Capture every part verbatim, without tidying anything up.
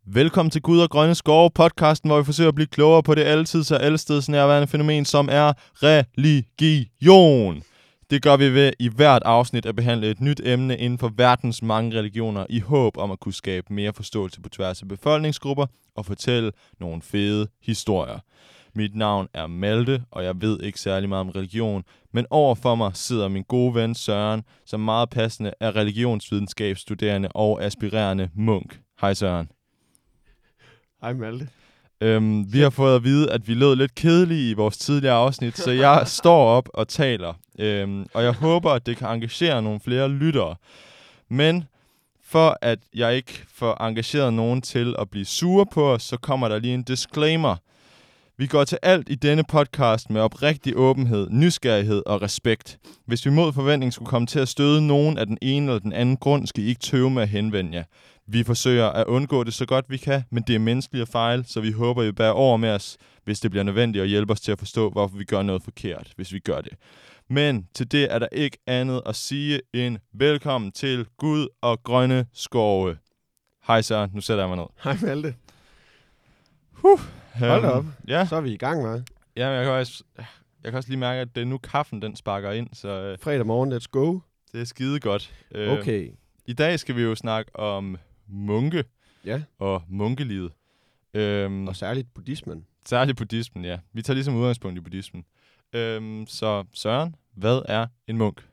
Velkommen til Gud og Grønne Skove, podcasten, hvor vi forsøger at blive klogere på det altid så allesteds nærværende fænomen, som er religion. Det gør vi ved i hvert afsnit at behandle et nyt emne inden for verdens mange religioner, i håb om at kunne skabe mere forståelse på tværs af befolkningsgrupper og fortælle nogle fede historier. Mit navn er Malte, og jeg ved ikke særlig meget om religion, men overfor mig sidder min gode ven Søren, som meget passende er religionsvidenskabsstuderende og aspirerende munk. Hej Søren. Hej Malte. Øhm, vi har fået at vide, at vi lød lidt kedelige i vores tidligere afsnit, så jeg står op og taler. Øhm, og jeg håber, at det kan engagere nogle flere lyttere. Men for at jeg ikke får engageret nogen til at blive sure på os, så kommer der lige en disclaimer. Vi går til alt i denne podcast med oprigtig åbenhed, nysgerrighed og respekt. Hvis vi mod forventning skulle komme til at støde nogen af den ene eller den anden grund, skal I ikke tøve med at henvende jer. Vi forsøger at undgå det så godt vi kan, men det er menneskelige fejl, så vi håber, I bærer over med os, hvis det bliver nødvendigt, og hjælper os til at forstå, hvorfor vi gør noget forkert, hvis vi gør det. Men til det er der ikke andet at sige end velkommen til Gud og Grønne Skove. Hej Søren, nu sætter jeg mig ned. Hej Malte. Huh. Hold da op. Ja. Så er vi i gang, hva'? Ja, men jeg kan også, jeg kan også lige mærke, at det er nu kaffen, den sparker ind, så øh, Fredag morgen, let's go. det er skide godt. Øh, Okay. I dag skal vi jo snakke om munke Ja, og munkelivet. Øhm, og særligt buddhismen. Særligt buddhismen, ja. Vi tager ligesom udgangspunkt i buddhismen. Øhm, så Søren, hvad er en munk?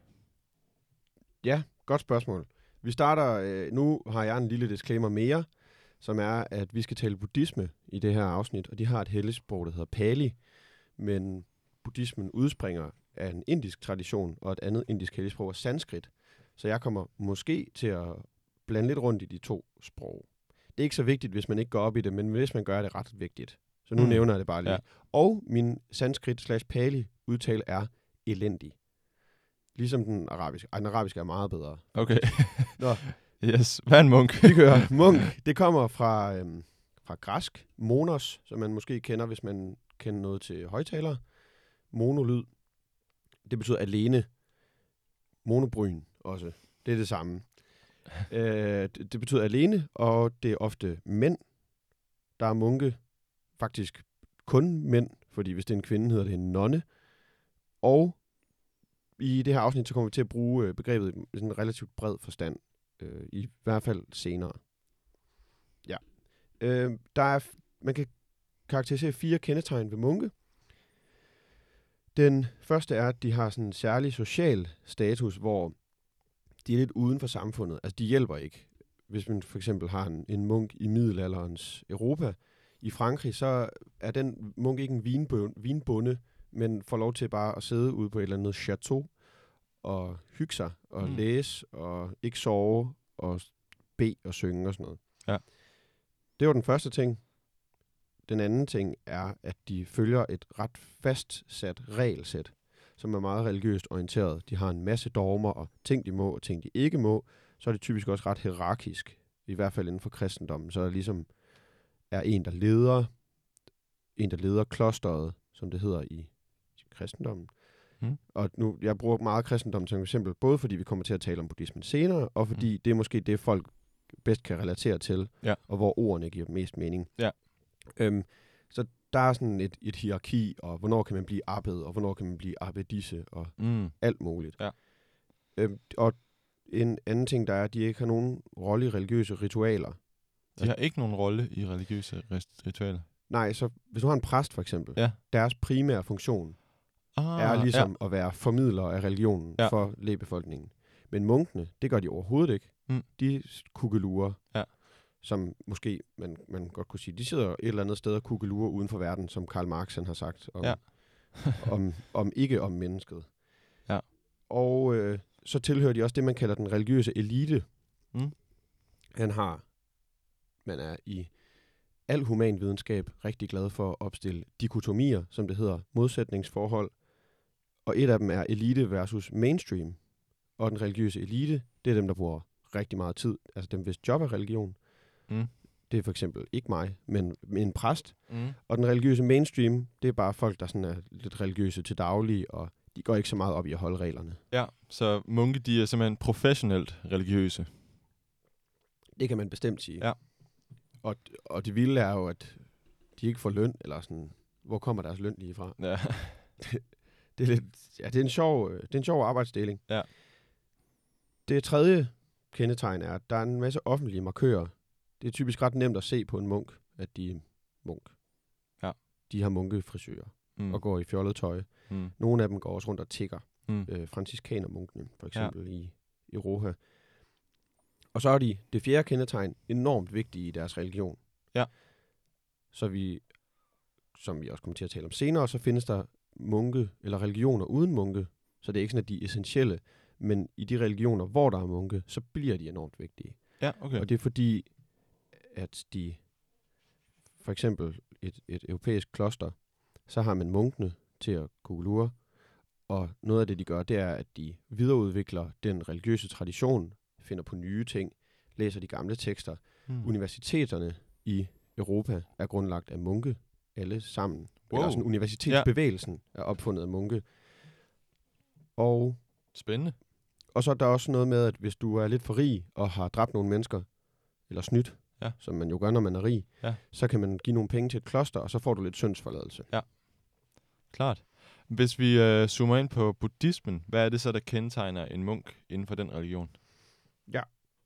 Ja, godt spørgsmål. Vi starter, øh, nu har jeg en lille disclaimer mere, som er, at vi skal tale buddhisme i det her afsnit, og de har et helligsprog, der hedder Pali, men buddhismen udspringer af en indisk tradition, og et andet indisk helligsprog er sanskrit. Så jeg kommer måske til at blande lidt rundt i de to sprog. Det er ikke så vigtigt, hvis man ikke går op i det, men hvis man gør, er det ret vigtigt. Så nu Mm. mm. nævner jeg det bare lige. Ja. Og min sanskrit slash pali udtale er elendig. Ligesom den arabiske. Ej, den arabiske er meget bedre. Okay. Nå, Yes. Hvad er en munk? vi kører. Munk, det kommer fra, øhm, fra græsk. Monos, som man måske kender, hvis man kender noget til højtalere. Monolyd. Det betyder alene. Monobryn også. Det er det samme. øh, det, det betyder alene, og det er ofte mænd, der er munke. Faktisk kun mænd, fordi hvis det er en kvinde, hedder det en nonne. Og i det her afsnit, så kommer vi til at bruge øh, begrebet i sådan en relativt bred forstand. Øh, I hvert fald senere. Ja. Øh, der er, f- man kan karakterisere fire kendetegn ved munke. Den første er, at de har sådan en særlig social status, hvor de er lidt uden for samfundet. Altså, de hjælper ikke. Hvis man for eksempel har en, en munk i middelalderens Europa, i Frankrig, så er den munk ikke en vinbonde, vinbonde, men får lov til bare at sidde ude på et eller andet chateau og hygge sig og Mm. mm. læse og ikke sove og bede og synge og sådan noget. Ja. Det var den første ting. Den anden ting er, at de følger et ret fastsat regelsæt, som er meget religiøst orienteret. De har en masse dogmer og ting, de må og ting, de ikke må. Så er det typisk også ret hierarkisk, i hvert fald inden for kristendommen. Så er der ligesom er en, der leder, en, der leder klosteret, som det hedder i kristendommen. Mm. Og nu, jeg bruger meget kristendom som eksempel, både fordi vi kommer til at tale om buddhismen senere, og fordi mm. det er måske det, folk bedst kan relatere til, Ja. og hvor ordene giver mest mening. Ja. Øhm, så der er sådan et, et hierarki, og hvornår kan man blive abbed, og hvornår kan man blive abbedisse, og Mm. alt muligt. Ja. Øhm, og en anden ting, der er, at de ikke har nogen rolle i religiøse ritualer. De har ikke nogen rolle i religiøse rist- ritualer. Nej, så hvis du har en præst for eksempel, Ja. deres primære funktion Ah, er ligesom ja. at være formidler af religionen Ja. ja. for lægebefolkningen. Men munkene, det gør de overhovedet ikke. Mm. De kukkelurer, Ja. som måske man, man godt kunne sige, de sidder et eller andet sted og kukkelurer uden for verden, som Karl Marx han har sagt om, Ja. om, om ikke om mennesket. Ja. Og øh, så tilhører de også det, man kalder den religiøse elite. Mm. Han har, man er i al human videnskab rigtig glad for at opstille dikotomier, som det hedder, modsætningsforhold. Og et af dem er elite versus mainstream. Og den religiøse elite, det er dem, der bruger rigtig meget tid. Altså dem, hvis job er religion. Mm. Det er for eksempel ikke mig, men en præst. Mm. Og den religiøse mainstream, det er bare folk, der sådan er lidt religiøse til daglig, og de går ikke så meget op i at holde reglerne. Ja, så munke, de er simpelthen professionelt religiøse. Det kan man bestemt sige. Ja. Og, og det vilde er jo, at de ikke får løn, eller sådan, hvor kommer deres løn lige fra? Ja. Det er lidt, ja, det er en sjov, det er en sjov arbejdsdeling. Ja. Det tredje kendetegn er, at der er en masse offentlige markører. Det er typisk ret nemt at se på en munk, at de er munk. Ja. De har munkefrisører Mm. og går i fjollet tøj. Mm. Nogle af dem går også rundt og tigger. Mm. Øh, franciskanermunkene, for eksempel ja. i, i Roha. Og så er de, det fjerde kendetegn, enormt vigtige i deres religion. Ja. Så vi, som vi også kommer til at tale om senere, så findes der munke, eller religioner uden munke. Så det er ikke sådan, at de er essentielle. Men i de religioner, hvor der er munke, så bliver de enormt vigtige. Ja, okay. Og det er fordi, at de, for eksempel et, et europæisk kloster, så har man munkene til at kugelure. Og noget af det, de gør, det er, at de videreudvikler den religiøse tradition, finder på nye ting, læser de gamle tekster. Mm. Universiteterne i Europa er grundlagt af munke, alle sammen. Wow. Eller sådan universitetsbevægelsen ja. er opfundet af munke. Og, Spændende. og så er der også noget med, at hvis du er lidt for rig og har dræbt nogle mennesker, eller snydt, ja. som man jo gør, når man er rig, ja. så kan man give nogle penge til et kloster, og så får du lidt syndsforladelse. Ja, klart. Hvis vi øh, zoomer ind på buddhismen, hvad er det så, der kendetegner en munk inden for den religion? Ja.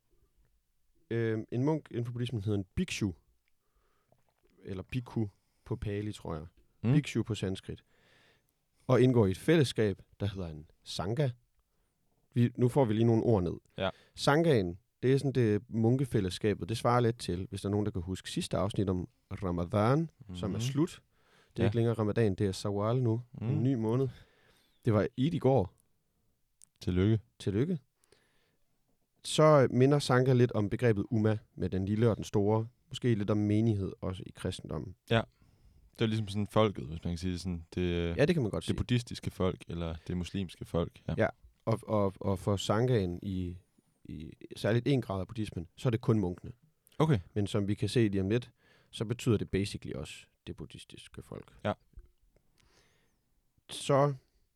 Øh, en munk inden for buddhismen hedder en bhikshu, eller bhikkhu på pali, tror jeg. Mm. Bhikshu på sanskrit. Og indgår i et fællesskab, der hedder en sangha. Vi, nu får vi lige nogle ord ned. Ja. Sanghaen, det er sådan det munkefællesskabet. Det svarer lidt til, hvis der er nogen, der kan huske sidste afsnit om Ramadan, mm-hmm. som er slut. Det er ja. ikke længere Ramadan, det er Sawal nu. Mm. En ny måned. Det var Eid i går. Tillykke. Tillykke. Så minder Sangha lidt om begrebet Umma, med den lille og den store. Måske lidt om menighed, også i kristendommen. Ja, det er ligesom sådan folket, hvis man kan sige det sådan. Det, ja, det kan man godt det sige. Det buddhistiske folk, eller det muslimske folk. Ja, ja. Og, og, og for Sanghaen i, i særligt en grad af buddhismen, så er det kun munkene. Okay. Men som vi kan se lige om lidt, så betyder det basically også det buddhistiske folk. Ja. Så,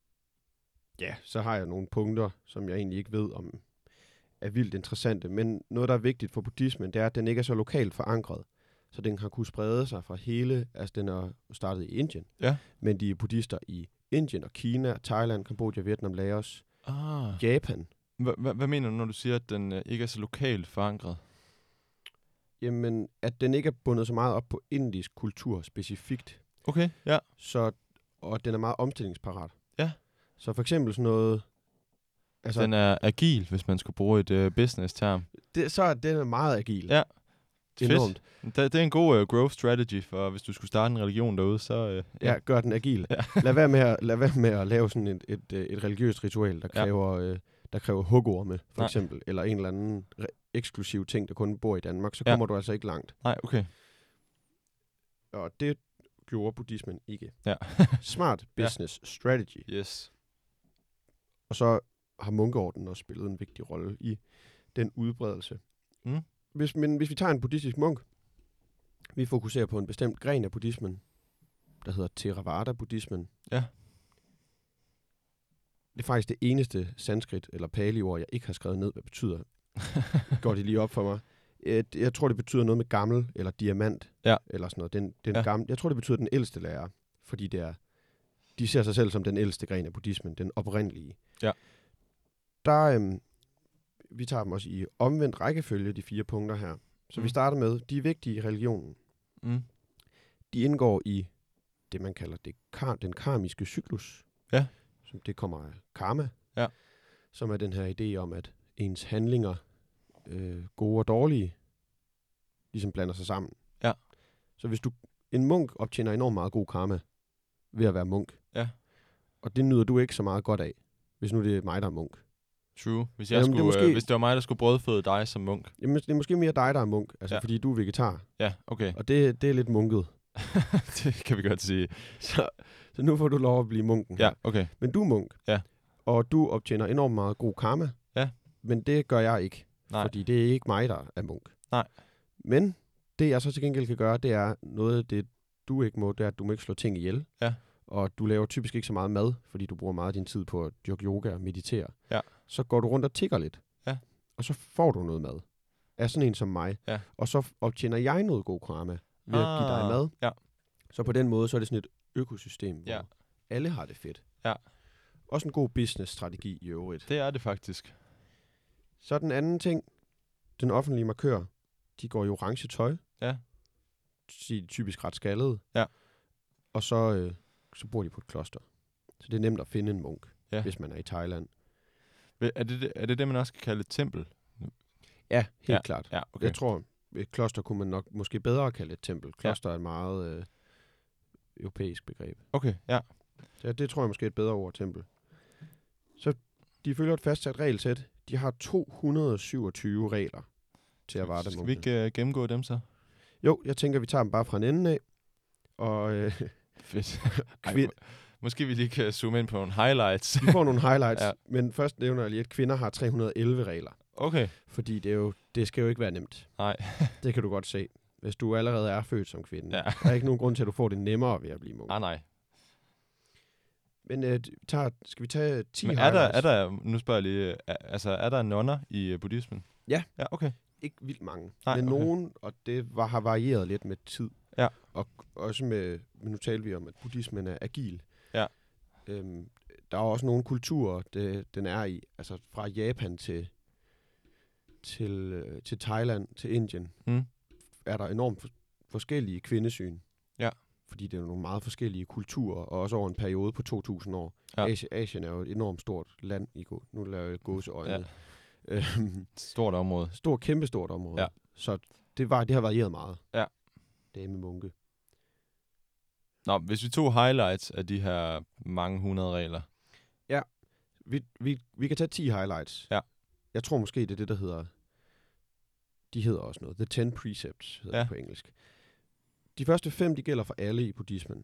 ja, så har jeg nogle punkter, som jeg egentlig ikke ved om er vildt interessante. Men noget, der er vigtigt for buddhismen, det er, at den ikke er så lokalt forankret. Så den har kunnet sprede sig fra hele, altså den er startet i Indien. Ja. Men de er buddhister i Indien og Kina, Thailand, Kambodja, Vietnam, Laos, ah. Japan. Hvad mener du, når du siger, at den øh, ikke er så lokalt forankret? Jamen, at den ikke er bundet så meget op på indisk kultur specifikt. Okay, ja. Så, og at den er meget omstillingsparat. Ja. Så for eksempel sådan noget... Altså, den er agil, hvis man skulle bruge et uh, business-term. Det, så er den meget agil. Ja. Enormt. Fedt. Det, det er en god uh, growth strategy, for hvis du skulle starte en religion derude, så... Uh, ja. ja, gør den agil. Ja. lad, være med at, lad være med at lave sådan et, et, et, et religiøst ritual, der kræver, ja. øh, der kræver hugorme, for Nej. eksempel. Eller en eller anden re- eksklusiv ting, der kun bor i Danmark. Så kommer ja. du altså ikke langt. Nej, okay. Og det gjorde buddhismen ikke. Ja. Smart business ja. strategy. Yes. Og så har munkeordenen også spillet en vigtig rolle i den udbredelse. Mm. Hvis, men hvis vi tager en buddhistisk munk, vi fokuserer på en bestemt gren af buddhismen, der hedder Theravada-buddhismen. Ja. Det er faktisk det eneste sanskrit eller pali-ord, jeg ikke har skrevet ned, hvad betyder. Går det lige op for mig. Jeg tror, det betyder noget med gammel eller diamant. Ja. Eller sådan noget. Den, den ja. gamle, jeg tror, det betyder den ældste lærer, fordi det er, de ser sig selv som den ældste gren af buddhismen, den oprindelige. Ja. Der, øhm, vi tager dem også i omvendt rækkefølge, de fire punkter her. Så mm. vi starter med, de er vigtige i religionen. Mm. De indgår i det, man kalder det, kar- den karmiske cyklus. Ja. Som det kommer af karma. Ja. Som er den her idé om, at ens handlinger, øh, gode og dårlige, ligesom blander sig sammen. Ja. Så hvis du, en munk optjener enormt meget god karma ved at være munk. Ja. Og det nyder du ikke så meget godt af, hvis nu det er mig, der er munk. True. Hvis, jeg Jamen, skulle, det måske, øh, hvis det var mig, der skulle brødføde dig som munk. Jamen, det er måske mere dig, der er munk, altså ja. fordi du er vegetar. Ja, okay. Og det, det er lidt munket. Det kan vi godt sige. Så, så nu får du lov at blive munken. Ja, okay. Men du er munk. Ja. Og du optjener enormt meget god karma. Ja. Men det gør jeg ikke. Nej. Fordi det er ikke mig, der er munk. Nej. Men det, jeg så til gengæld kan gøre, det er noget af det, du ikke må, det er, at du må ikke slå ting ihjel. Ja. Og du laver typisk ikke så meget mad, fordi du bruger meget af din tid på at dyrke yoga og meditere. Ja. Så går du rundt og tigger lidt. Ja. Og så får du noget mad. er sådan en som mig, Ja. og så f- optjener jeg noget god karma ved at give dig mad. Ja. Så på den måde, så er det sådan et økosystem, hvor Ja. alle har det fedt. Ja. Også en god business-strategi i øvrigt. Det er det faktisk. Så den anden ting, den offentlige markør, de går i orange tøj. Ja. De er typisk ret skaldede. Ja. Og så, øh, så bor de på et kloster. Så det er nemt at finde en munk, Ja. hvis man er i Thailand. Er det det, er det, det man også kan kalde et tempel? Ja, helt Ja. klart. Ja, okay. Jeg tror, et kloster kunne man nok måske bedre kalde et tempel. Kloster ja. er et meget øh, europæisk begreb. Okay, ja. Så det tror jeg måske er et bedre ord, tempel. Så de følger et fastsat regelsæt. De har to hundrede syvogtyve regler til at varte. Skal vi ikke uh, gennemgå dem så? Jo, jeg tænker, vi tager dem bare fra en ende af. Og øh, Fedt. Kvind- Ej, må- måske vi lige kan zoome ind på nogle highlights. vi får nogle highlights. Ja. ja. Men først nævner jeg lige, at kvinder har tre hundrede og elleve regler. Okay. Fordi det, er jo, det skal jo ikke være nemt. Nej. Det kan du godt se. Hvis du allerede er født som kvinde. Ja. Der er ikke nogen grund til, at du får det nemmere ved at blive munk. Ah, nej. Men øh, tager, skal vi tage ti Men er der, highlights? er der, nu spørger jeg lige, er, altså er der nonner i uh, buddhismen? Ja. Ja, okay. Ikke vildt mange. Nej, men okay. nogen, og det var, har varieret lidt med tid. Ja. Og også med, men nu taler vi om, at buddhismen er agil. Ja. Øhm, der er også nogle kulturer, det, den er i. Altså fra Japan til, til, øh, til Thailand, til Indien, Mm. er der enormt for, forskellige kvindesyn. Ja. Fordi det er nogle meget forskellige kulturer, og også over en periode på to tusind år. Ja. Asien, Asien er jo et enormt stort land i gå. Nu laver jeg gåseøjne. Ja. Øhm, Stort område. stort, kæmpestort område. Ja. Så det, var, det har varieret meget. Ja. Dame munke. Nå, hvis vi tog highlights af de her mange hundrede regler. Vi, vi, vi kan tage ti highlights. Ja. Jeg tror måske, det er det, der hedder... De hedder også noget. The Ten Precepts hedder Ja. det på engelsk. De første fem, de gælder for alle i buddhismen.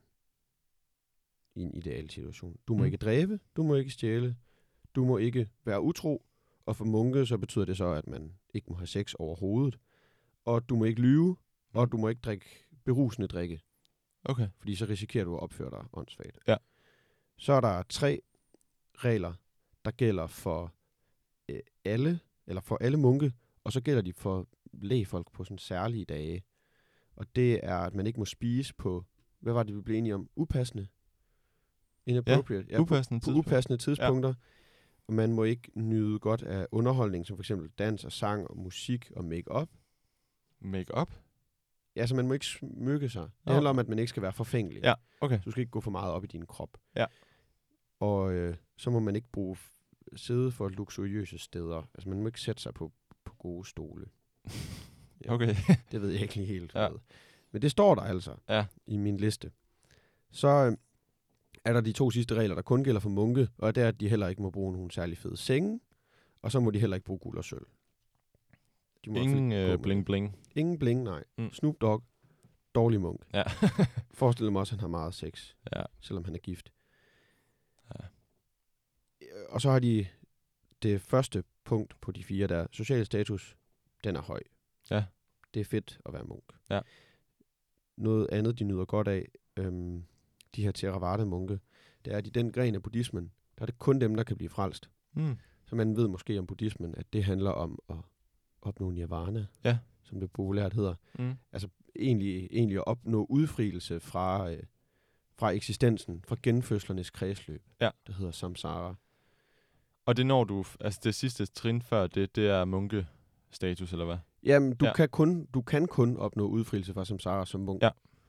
I en ideal situation. Du må Mm. ikke dræbe, du må ikke stjæle, du må ikke være utro, og for munke, så betyder det så, at man ikke må have sex overhovedet, og du må ikke lyve, og du må ikke drikke berusende drikke, Okay. fordi så risikerer du at opføre dig åndssvagt. Ja. Så er der tre regler, der gælder for øh, alle, eller for alle munke, og så gælder de for lægfolk på sådan særlige dage. Og det er, at man ikke må spise på, hvad var det, vi blev enige om? Upassende? Inappropriate? Ja, Upassende på, på tidspunkt. upassende tidspunkter. Og man må ikke nyde godt af underholdning, som for eksempel dans og sang og musik og make-up. Make-up? Ja, så man må ikke smykke sig. Det Nå. handler om, at man ikke skal være forfængelig. Ja, okay. Så du skal ikke gå for meget op i din krop. Ja. Og øh, så må man ikke bruge f- sidde for luksuriøse steder. Altså man må ikke sætte sig på, på gode stole. Ja. Okay. Det ved jeg ikke lige helt. Ja. Ja. Men det står der altså Ja. i min liste. Så øh, er der de to sidste regler, der kun gælder for munke, og det er, at de heller ikke må bruge nogen særlig fede senge, og så må de heller ikke bruge guld og sølv. De må Ingen i hvert fald gå øh, med- bling bling. Ingen bling, nej. Mm. Mm. Snoop Dogg, dårlig munk. Ja. Forestil mig også, at han har meget sex, Ja. selvom han er gift. Ja. Øh, Og så har de det første punkt på de fire, der social status, den er høj. Ja. Det er fedt at være munk. Ja. Noget andet, de nyder godt af, øhm, de her Theravada-munke, det er, at i den gren af buddhismen, der er det kun dem, der kan blive frelst. Mm. Så man ved måske om buddhismen, at det handler om at opnå nirvana, Ja. som det populært hedder. Mm. Egentlig, egentlig at opnå udfrielse fra, øh, fra eksistensen, fra genfødslernes kredsløb, Ja. der hedder samsara. Og det når du, altså det sidste trin før det, det er munkestatus, eller hvad? Jamen, du, Ja. ja. kan kun, du kan kun opnå udfrielse fra samsara som munk Ja.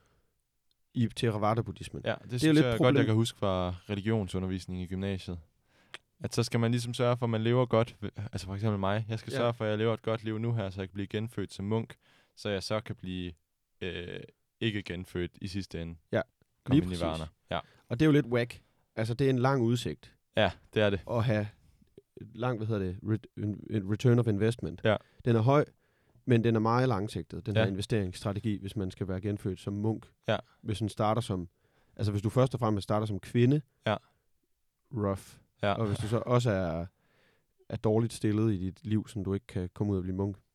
i Theravada-buddhismen. Ja, det, det jo synes lidt jeg problem- godt, jeg kan huske fra religionsundervisning i gymnasiet. At så skal man ligesom sørge for, at man lever godt. ved- Altså for eksempel mig. Jeg skal Ja. sørge for, at jeg lever et godt liv nu her, så jeg kan blive genfødt som munk. Så jeg så kan blive øh, ikke genfødt i sidste ende. Ja, Kom lige ind i præcis. varner. Ja. Og det er jo lidt whack. Altså, det er en lang udsigt ja, det er det. at have et langt, hvad hedder det, re- en- en return of investment. Ja. Den er høj, men den er meget langsigtet, den Ja. her investeringsstrategi, hvis man skal være genfødt som munk. Ja. Hvis man starter som, altså hvis du først og fremmest starter som kvinde, Ja. rough. Ja. Og hvis du så også er, er dårligt stillet i dit liv, så du ikke kan komme ud og blive munk.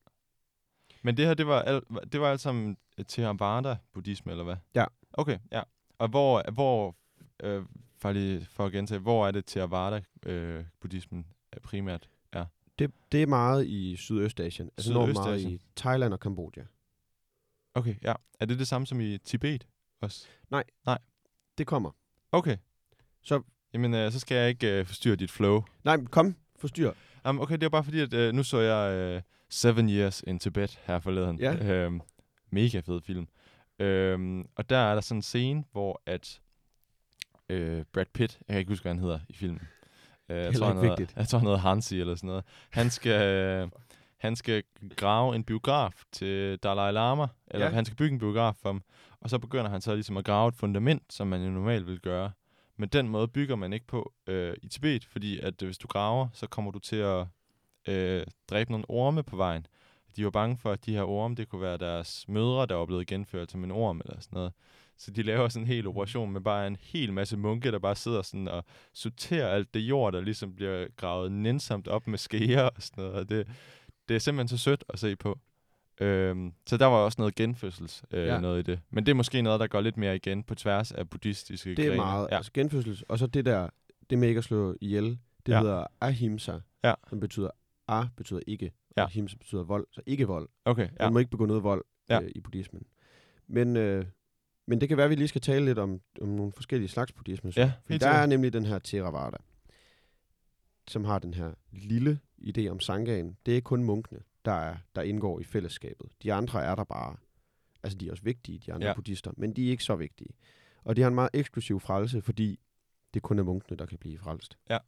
Men det her, det var, al, det var alt sammen Theravada-buddhisme, eller hvad? Ja. Okay, ja. Og hvor, hvor øh, for, lige, for at gentage, hvor er det Theravada-buddhismen øh, primært? Det, det er meget i Sydøstasien. Altså enormt meget Sydøstasien? i Thailand og Kambodja. Okay, ja. Er det det samme som i Tibet også? Det kommer. Okay. Så- Jamen, øh, så skal jeg ikke øh, forstyrre dit flow. Nej, men kom, forstyr. Um, okay, det er bare fordi, at øh, nu så jeg øh, Seven Years in Tibet her forleden. Ja. Øhm, mega fed film. Øhm, og der er der sådan en scene, hvor at øh, Brad Pitt, jeg kan ikke huske, hvad han hedder i filmen. Øh, jeg, Heller tror, han ikke hedder, vigtigt. jeg tror, han hedder Hansi eller sådan noget. Han skal, øh, han skal grave en biograf til Dalai Lama, eller Ja. han skal bygge en biograf for ham. Og så begynder han så ligesom at grave et fundament, som man jo normalt vil gøre. Men den måde bygger man ikke på øh, i Tibet, fordi at øh, hvis du graver, så kommer du til at øh, dræbe nogle orme på vejen. De var bange for, at de her orme, det kunne være deres mødre, der var blevet genført som en orm eller sådan noget. Så de laver sådan en hel operation med bare en hel masse munke, der bare sidder sådan og sorterer alt det jord, der ligesom bliver gravet nænsomt op med skeer og sådan noget. Og det, det er simpelthen så sødt at se på. Øhm, så der var også noget genfødsels øh, Ja. noget i det. Men det er måske noget, der går lidt mere igen på tværs af buddhistiske Det er grene. meget. Ja. Altså genfødsels. Og så det der, det med ikke at slå ihjel, det Ja. hedder ahimsa, Ja. som betyder a betyder ikke, Ja. og ahimsa betyder vold, så ikke vold. Okay, ja. Man må ikke begå noget vold Ja. øh, i buddhismen. Men, øh, men det kan være, at vi lige skal tale lidt om, om nogle forskellige slags buddhisme. så. Ja, Fordi helt der er sikkert. nemlig den her Theravada, som har den her lille idé om Sanghaen. Det er kun munkene, der, er, der indgår i fællesskabet. De andre er der bare. Altså, de er også vigtige, de andre Ja. ja. buddhister, men de er ikke så vigtige. Og de har en meget eksklusiv frelse, fordi det kun er munkene, der kan blive frelst. Ja.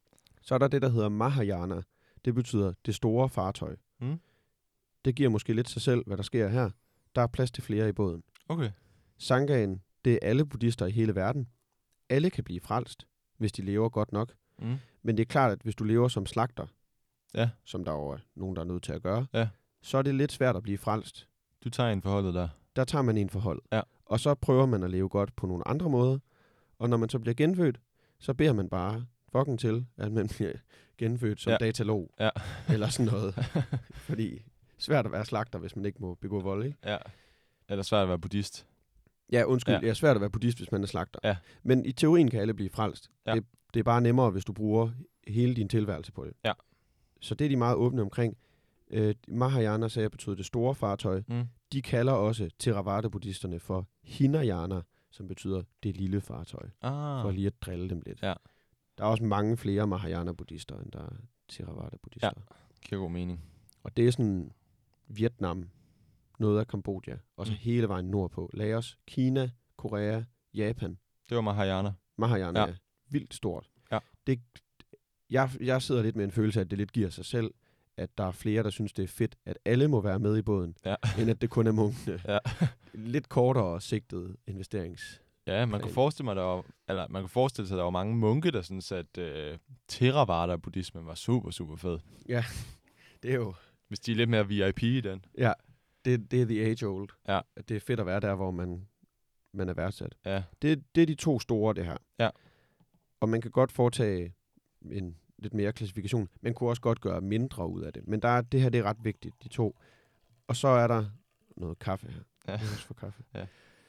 Så er der det, der hedder Mahayana. Det betyder det store fartøj. Mm. Det giver måske lidt sig selv, hvad der sker her. Der er plads til flere i båden. Okay. Sanghaen, det er alle buddhister i hele verden. Alle kan blive frelst, hvis de lever godt nok. Mm. Men det er klart, at hvis du lever som slagter, Ja, som der jo er nogen, der er nødt til at gøre, Ja. så er det lidt svært at blive frelst. du tager en forholdet der. Der tager man en forhold. Ja. Og så prøver man at leve godt på nogle andre måder. Og når man så bliver genfødt, så beder man bare fucking til, at man bliver genfødt som Ja. ja. datalog. Ja. Eller sådan noget. Fordi svært at være slagter, hvis man ikke må begå vold, ikke? Ja. Eller svært at være buddhist. Ja, undskyld. Ja. Ja. Det er svært at være buddhist, hvis man er slagter. Ja. Men i teorien kan alle blive frelst. Ja. Det, det er bare nemmere, hvis du bruger hele din tilværelse på det. Ja. Så det er de meget åbne omkring. Øh, Mahayana sagde, betyder det store fartøj. Mm. De kalder også Theravada-buddhisterne for Hinayana, som betyder det lille fartøj. Ah. For lige at drille dem lidt. Ja. Der er også mange flere Mahayana-buddhister, end der er Theravada-buddhister. Ja. Giver god mening. Og det er sådan Vietnam, noget af Kambodja, og så Mm. hele vejen nordpå. Laos, Kina, Korea, Japan. Det var Mahayana. Mahayana Ja. ja. er vildt stort. Ja. Det, jeg, jeg sidder lidt med en følelse af, at det lidt giver sig selv, at der er flere, der synes, det er fedt, at alle må være med i båden, Ja. end at det kun er munkene. Ja. Lidt kortere sigtet investerings. Ja, man kan forestille mig, der var, eller man kan forestille sig, at der var mange munke, der synes, at øh, Theravada-buddhismen var super, super fed. Det er jo, Hvis de er lidt mere V I P i den. ja, det, det er the age old. Ja. At det er fedt at være der, hvor man, man er værdsat. Ja. Det, det er de to store, det her. Ja. Og man kan godt foretage en lidt mere klassifikation. Man kunne også godt gøre mindre ud af det. Men der er, det her det er ret vigtigt, de to. Og så er der noget kaffe her. Ja. Jeg vil også få kaffe. Ja.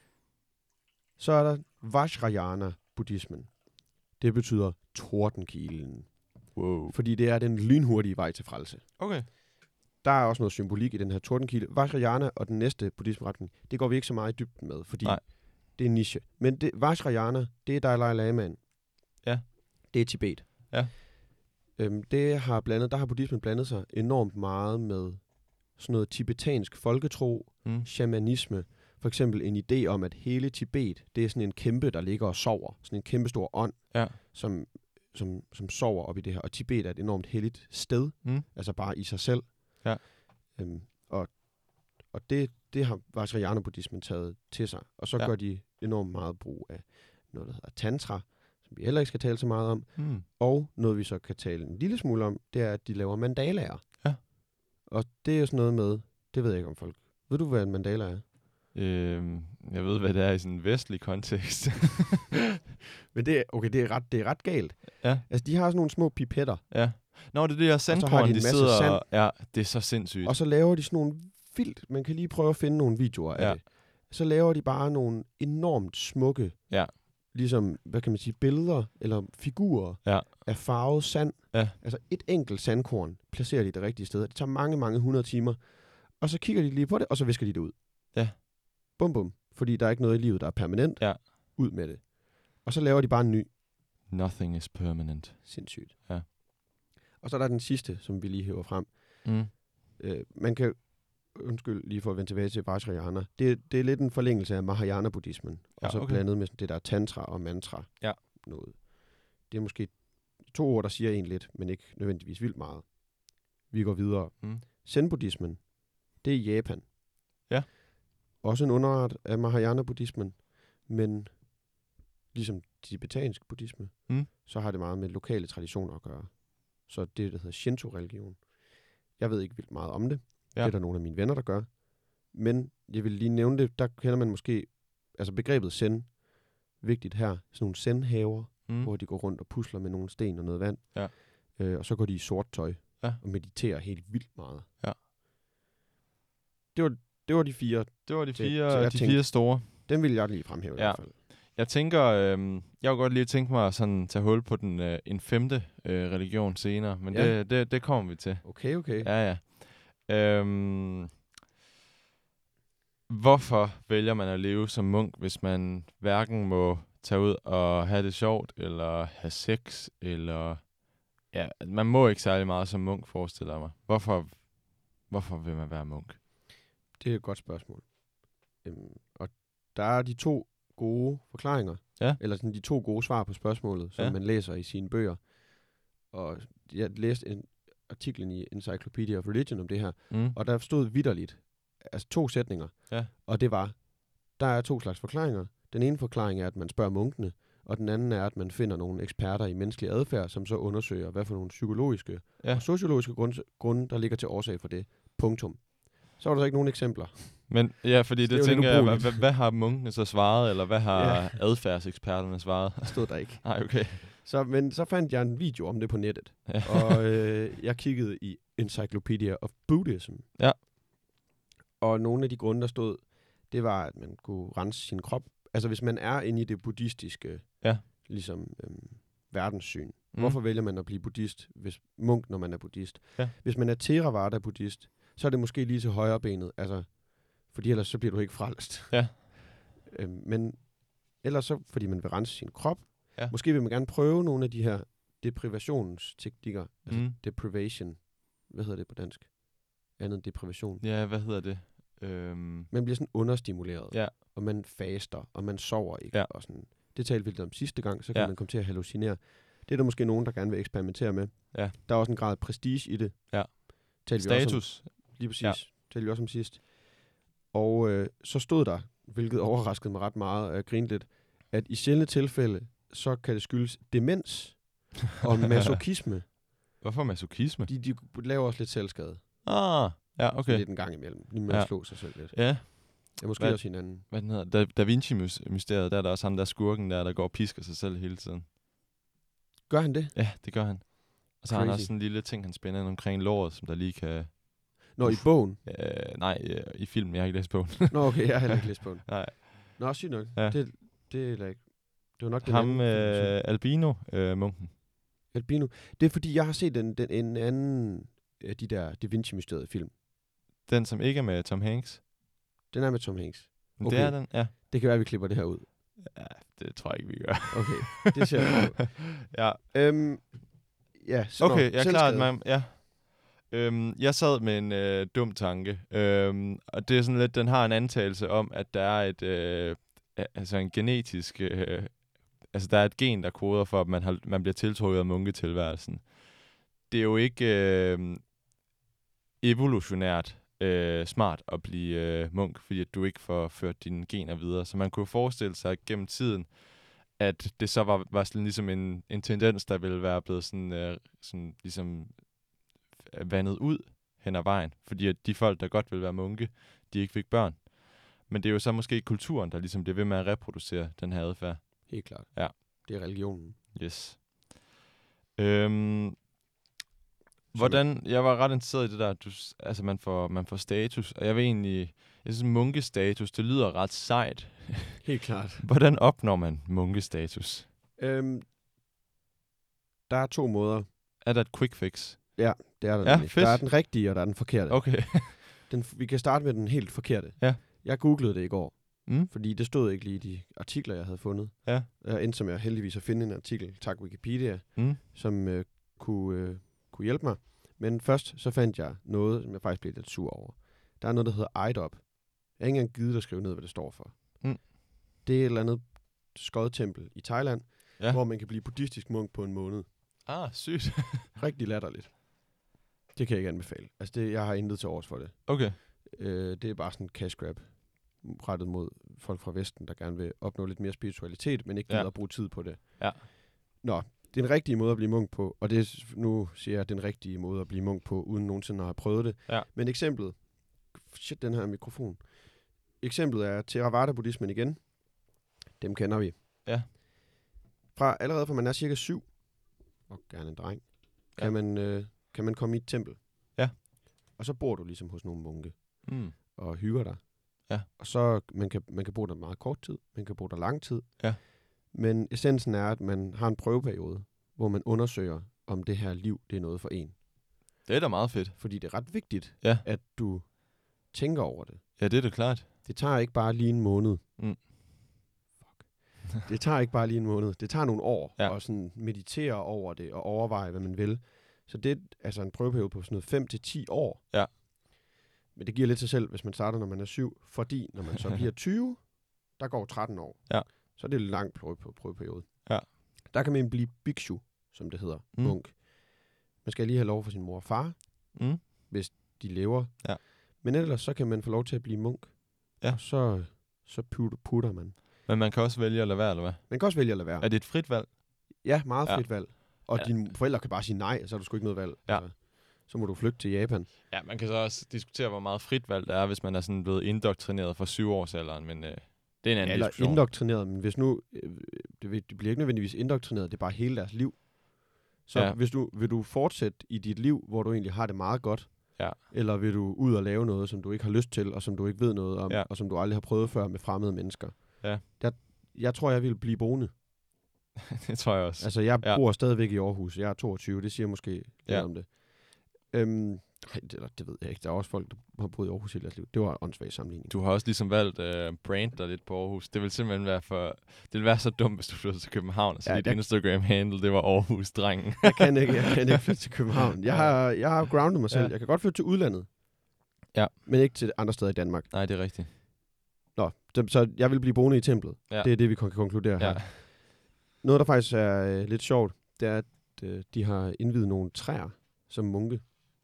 Så er der Vajrayana-buddhismen. Det betyder tordenkilen. Wow. Fordi det er den lynhurtige vej til frelse. Okay. Der er også noget symbolik i den her tordenkile. Vajrayana og den næste buddhisme-retning, det går vi ikke så meget i dybden med, fordi Nej. det er en niche. Men det, Vajrayana, det er Dalai Lamaen. Ja. Det er Tibet. Ja. Øhm, det har blandet, der har buddhismen blandet sig enormt meget med sådan noget tibetansk folketro, Mm. shamanisme. For eksempel en idé om, at hele Tibet, det er sådan en kæmpe, der ligger og sover. Sådan en kæmpe stor ånd, Ja. som, som, som sover op i det her. Og Tibet er et enormt helligt sted, Mm. altså bare i sig selv. Ja. Øhm, og og det, det har Vajrayana-buddhismen taget til sig. Og så Ja. ja. gør de enormt meget brug af noget, der hedder tantra, som vi heller ikke skal tale så meget om. Mm. Og noget, vi så kan tale en lille smule om, det er, at de laver mandalaer. Ja. Og det er jo sådan noget med, det ved jeg ikke om folk. Ved du, hvad en mandala er? Øhm, jeg ved, hvad det er i sådan en vestlig kontekst. Men det er, okay, det er ret, det er ret galt. Ja. Altså, de har sådan nogle små pipetter, Ja. Nå, det er det her så har de sandkorn, en de, masse sidder sand. og... Ja, det er så sindssygt. og så laver de sådan nogle vildt, man kan lige prøve at finde nogle videoer af Ja. det. Så laver de bare nogle enormt smukke Ja. ligesom, hvad kan man sige, billeder eller figurer Ja. af farvet sand. Ja. Altså et enkelt sandkorn placerer de det rigtige sted. Det tager mange, mange hundrede timer. Og så kigger de lige på det, og så visker de det ud. Ja. Bum, bum. Fordi der er ikke noget i livet, der er permanent. Ja. Ud med det. Og så laver de bare en ny. Nothing is permanent. Sindssygt. Ja. Og så er der den sidste, som vi lige hæver frem. Mm. Øh, man kan, undskyld lige for at vende tilbage til Vajrayana. Det, det er lidt en forlængelse af Mahayana-buddhismen. Ja, og så okay. blandet med det der tantra og mantra. Ja. Noget. Det er måske to ord, der siger en lidt, men ikke nødvendigvis vildt meget. Vi går videre. Mm. Zen-buddhismen, det er i Japan. Ja. Også en underart af Mahayana-buddhismen, men ligesom tibetansk buddhisme, Mm. så har det meget med lokale traditioner at gøre. Så det, der hedder Shinto-religion. Jeg ved ikke vildt meget om det. Ja. Det er der nogle af mine venner, der gør. Men jeg vil lige nævne det, der kender man måske, altså begrebet zen, vigtigt her, sådan nogle zen-haver, Mm. hvor de går rundt og pusler med nogle sten og noget vand. Ja. Øh, og så går de i sort tøj Ja. og mediterer helt vildt meget. Ja. Det var, det var de fire. Det var de Det- fire, så jeg de tænkte- fire store. Den vil jeg lige fremhæve i Ja. hvert fald. Jeg tænker, øh, jeg kunne godt lige tænke mig at sådan tage hul på den øh, en femte øh, religion senere, men Ja. det, det, det kommer vi til. Okay, okay. Ja, ja. Øhm, hvorfor vælger man at leve som munk, hvis man hverken må tage ud og have det sjovt, eller have sex, eller... Ja, man må ikke særlig meget som munk, forestiller jeg mig. Hvorfor, hvorfor vil man være munk? Det er et godt spørgsmål. Øhm, og der er de to gode forklaringer, Ja. eller sådan de to gode svar på spørgsmålet, som Ja. man læser i sine bøger. Og jeg læste en artiklen i Encyclopedia of Religion om det her, Mm. og der stod vitterligt, altså to sætninger, Ja. og det var, der er to slags forklaringer. Den ene forklaring er, at man spørger munkene, og den anden er, at man finder nogle eksperter i menneskelig adfærd, som så undersøger, hvad for nogle psykologiske Ja. og sociologiske grunde, grunde, der ligger til årsag for det. Punktum. Så var der så ikke nogen eksempler. Men ja, fordi Det er det, jo det lidt tænker jeg, hvad, ubrugeligt. hvad, hvad har munkene så svaret, eller hvad har Ja. adfærdseksperterne svaret? Det stod der ikke. Nej, okay. Så, men så fandt jeg en video om det på nettet, Ja. og øh, jeg kiggede i Encyclopedia of Buddhism. Ja. Og nogle af de grunde, der stod, det var, at man kunne rense sin krop. Altså hvis man er inde i det buddhistiske, Ja. ligesom øhm, verdenssyn. Mm. Mm. Hvorfor vælger man at blive buddhist, hvis munk, når man er buddhist? Ja. Hvis man er Theravada-buddhist, så er det måske lige til højre benet, altså, fordi ellers så bliver du ikke frelst. Ja. øhm, men ellers så, fordi man vil rense sin krop, Ja. måske vil man gerne prøve nogle af de her deprivationsteknikker, altså Mm. deprivation, hvad hedder det på dansk? Andet end deprivation. Ja, hvad hedder det? Øhm, Man bliver sådan understimuleret, Ja. og man faster, og man sover ikke. Ja. Og sådan. Det talte vi lidt om sidste gang, så kan Ja. man komme til at hallucinere. Det er der måske nogen, der gerne vil eksperimentere med. Ja. Der er også en grad af prestige i det. Ja. Talte vi også om, status. lige præcis. Ja. Ja. Talte vi også om sidst. Og øh, så stod der, hvilket overraskede mig ret meget, og jeg grinede lidt, at i sjældne tilfælde, så kan det skyldes demens og masochisme. Hvorfor masochisme? De, de laver også lidt selvskade. Ah, ja, Okay. okay. Lidt en gang imellem. Lige med Ja. at slå sig selv lidt. Ja, Ja, måske Hvad- også hinanden. hvad den hedder? Da, da Vinci-mysteriet, der er der også ham der skurken der, der går og pisker sig selv hele tiden. Gør han det? Ja, det gør han. Og så har han Crazy. også sådan en lille ting, han spænder ind omkring låret, som der lige kan... Nå, i bogen. Øh, nej, øh, i filmen. Jeg har ikke læst bogen. Nå, okay, jeg har heller ikke læst bogen. nej. Nå, sygt nok. Ja. Det, det er heller ikke. Det var nok den Ham, anden film, øh, Albino, øh, munken. så- Albino. Det er fordi, jeg har set den, den, en anden af de der Da Vinci-mysteriet film. Den, som ikke er med Tom Hanks. Den er med Tom Hanks. Men Okay. Det er den, ja. Det kan være, at vi klipper det her ud. Ja, det tror jeg ikke, vi gør. Okay, det ser jeg på. ja, Øhm, ja, så okay, nå, jeg er klar. selvskade. Man, ja. Øhm, jeg sad med en øh, dum tanke, øhm, og det er sådan lidt, den har en antagelse om, at der er et, øh, a- altså en genetisk, øh, altså der er et gen, der koder for, at man, har, man bliver tiltrukket af munketilværelsen. Det er jo ikke øh, evolutionært øh, smart at blive øh, munk, fordi at du ikke får ført dine gener videre. Så man kunne forestille sig gennem tiden, at det så var, var sådan ligesom en, en tendens, der ville være blevet sådan, øh, sådan ligesom vandet ud hen ad vejen. Fordi at de folk, der godt vil være munke, de ikke fik børn. Men det er jo så måske kulturen, der ligesom bliver ved med at reproducere den her adfærd. Helt klart. Ja. Det er religionen. Yes. Øhm, hvordan, jeg var ret interesseret i det der, du, s- altså man får, man får status, og jeg vil egentlig, Jeg synes, munkestatus, det lyder ret sejt. Helt klart. Hvordan opnår man munkestatus? Øhm, der er to måder. Er der et quick fix? Ja, det er der Ja, nemlig. fedt. Der er den rigtige, og der er den forkerte. Okay. Den, vi kan starte med den helt forkerte. Ja. Jeg googlede det i går, Mm. fordi det stod ikke lige i de artikler, jeg havde fundet. Ja. Jeg endte med at heldigvis at finde en artikel, tak Wikipedia, Mm. som øh, kunne, øh, kunne hjælpe mig. Men først så fandt jeg noget, som jeg faktisk blev lidt sur over. Der er noget, der hedder I D O B. Jeg har ikke engang givet at skrive ned, hvad det står for. Mm. Det er et eller andet skodtempel i Thailand, Ja. hvor man kan blive buddhistisk munk på en måned. Ah, sygt. Rigtig latterligt. Det kan jeg ikke anbefale. Altså, det, jeg har intet til års for det. Okay. Øh, det er bare sådan en cash grab rettet mod folk fra Vesten, der gerne vil opnå lidt mere spiritualitet, men ikke gider Ja. at bruge tid på det. Ja. Nå, det er den rigtige måde at blive munk på, og det er, nu siger jeg, den rigtige måde at blive munk på, uden nogensinde at have prøvet det. Ja. Men eksemplet, shit, den her mikrofon. Eksemplet er Theravada-buddhismen igen. Dem kender vi. Ja. Fra allerede fra man er cirka syv, og gerne en dreng, kan, Ja. man, øh, kan man komme i et tempel. Ja. Og så bor du ligesom hos nogle munke Mm. og hygger dig. Ja. Og så man kan man kan bo der meget kort tid, man kan bo der lang tid. Ja. Men essensen er, at man har en prøveperiode, hvor man undersøger, om det her liv, det er noget for en. Det er da meget fedt. Fordi det er ret vigtigt, Ja. at du tænker over det. Ja, det er da klart. Det tager ikke bare lige en måned. Mm. Fuck. Det tager ikke bare lige en måned. Det tager nogle år Ja. at sådan meditere over det og overveje, hvad man vil. Så det er altså en prøveperiode på sådan noget fem til ti år. Ja. Men det giver lidt sig selv, hvis man starter, når man er syv. Fordi når man så bliver tyve, der går tretten år. Ja. Så er det en lang prøve, prøveperiode. Ja. Der kan man blive bhikshu, som det hedder, Mm. munk. Man skal lige have lov for sin mor og far, Mm. de lever. Ja. Men ellers så kan man få lov til at blive munk. Ja. Og så, så putter, putter man. Men man kan også vælge at lade være, eller hvad? Man kan også vælge at lade være. Er det et frit valg? Ja, meget Ja. frit valg. Og Ja. dine forældre kan bare sige nej, så har du sgu ikke noget valg. Ja. Altså, så må du flygte til Japan. Ja, man kan så også diskutere, hvor meget frit valg der er, hvis man er sådan blevet indoktrineret fra syv års alderen, men øh, det er en anden Ja, eller diskussion. indoktrineret, men hvis nu, øh, det, vil- det bliver ikke nødvendigvis indoktrineret, det er bare hele deres liv. Så Ja. ja. hvis du, vil du fortsætte i dit liv, hvor du egentlig har det meget godt, Ja. eller vil du ud og lave noget, som du ikke har lyst til, og som du ikke ved noget om, Ja. og som du aldrig har prøvet før med fremmede mennesker. Ja. Jeg, jeg tror, jeg vil blive boende. Det tror jeg også. Altså, jeg Ja. bor stadigvæk i Aarhus. Jeg er toogtyve, det siger måske lidt Ja. om det. Øhm, ej, det, eller, det ved jeg ikke. Der er også folk, der har boet i Aarhus hele deres liv. Det var en åndssvag sammenligning. Du har også ligesom valgt øh, brand dig lidt på Aarhus. Det vil simpelthen være for... Det vil være så dumt, hvis du flyttede til København, og så Ja, dit der- Instagram-handle, det var Aarhus-drengen. Jeg kan ikke, jeg kan ikke flytte til København. Jeg har, jeg har grounded mig selv. Ja. Jeg kan godt flytte til udlandet. Ja. Men ikke til andre steder i Danmark. Nej, det er rigtigt. Nå, så, så jeg vil blive boende i templet. Ja. Det er det, vi kan konkludere Ja. her. Noget, der faktisk er øh, lidt sjovt, det er, at øh, de har indviet nogle træer som munke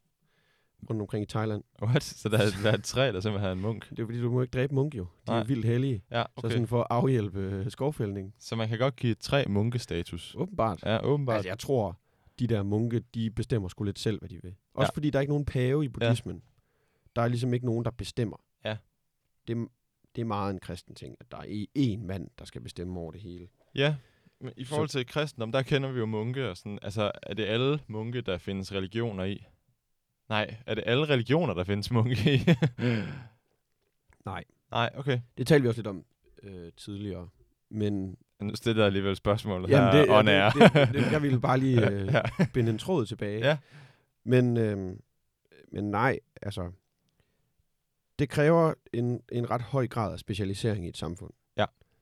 rundt omkring i Thailand. What? Så der er, der er et træ, der simpelthen er en munk? Det er fordi, du må ikke dræbe munke jo. De Nej. er vildt hellige. Ja, Okay. okay. Så sådan for at afhjælpe øh, skovfældning. Så man kan godt give et træ munkestatus. Åbenbart. Ja, åbenbart. Altså, jeg tror, de der munke, de bestemmer sgu lidt selv, hvad de vil. Også Ja. fordi, der er ikke nogen pave i buddhismen. Der er ligesom ikke nogen, der bestemmer. Ja. Det, er- det er meget en kristen ting, at der er én mand, der skal bestemme over det hele. Ja, men i forhold til kristendom, der kender vi jo munke og sådan. Altså, er det alle munke, der findes religioner i? Nej, er det alle religioner, der findes munke i? Nej. Nej, okay. Det talte vi også lidt om øh, tidligere. Men Nu stiller jeg alligevel spørgsmålet jamen, her det, on ja, air. det, det, det, jeg ville bare lige øh, ja. binde en tråd tilbage. Ja. Men, øh, men nej, altså, det kræver en, en ret høj grad af specialisering i et samfund. Ja.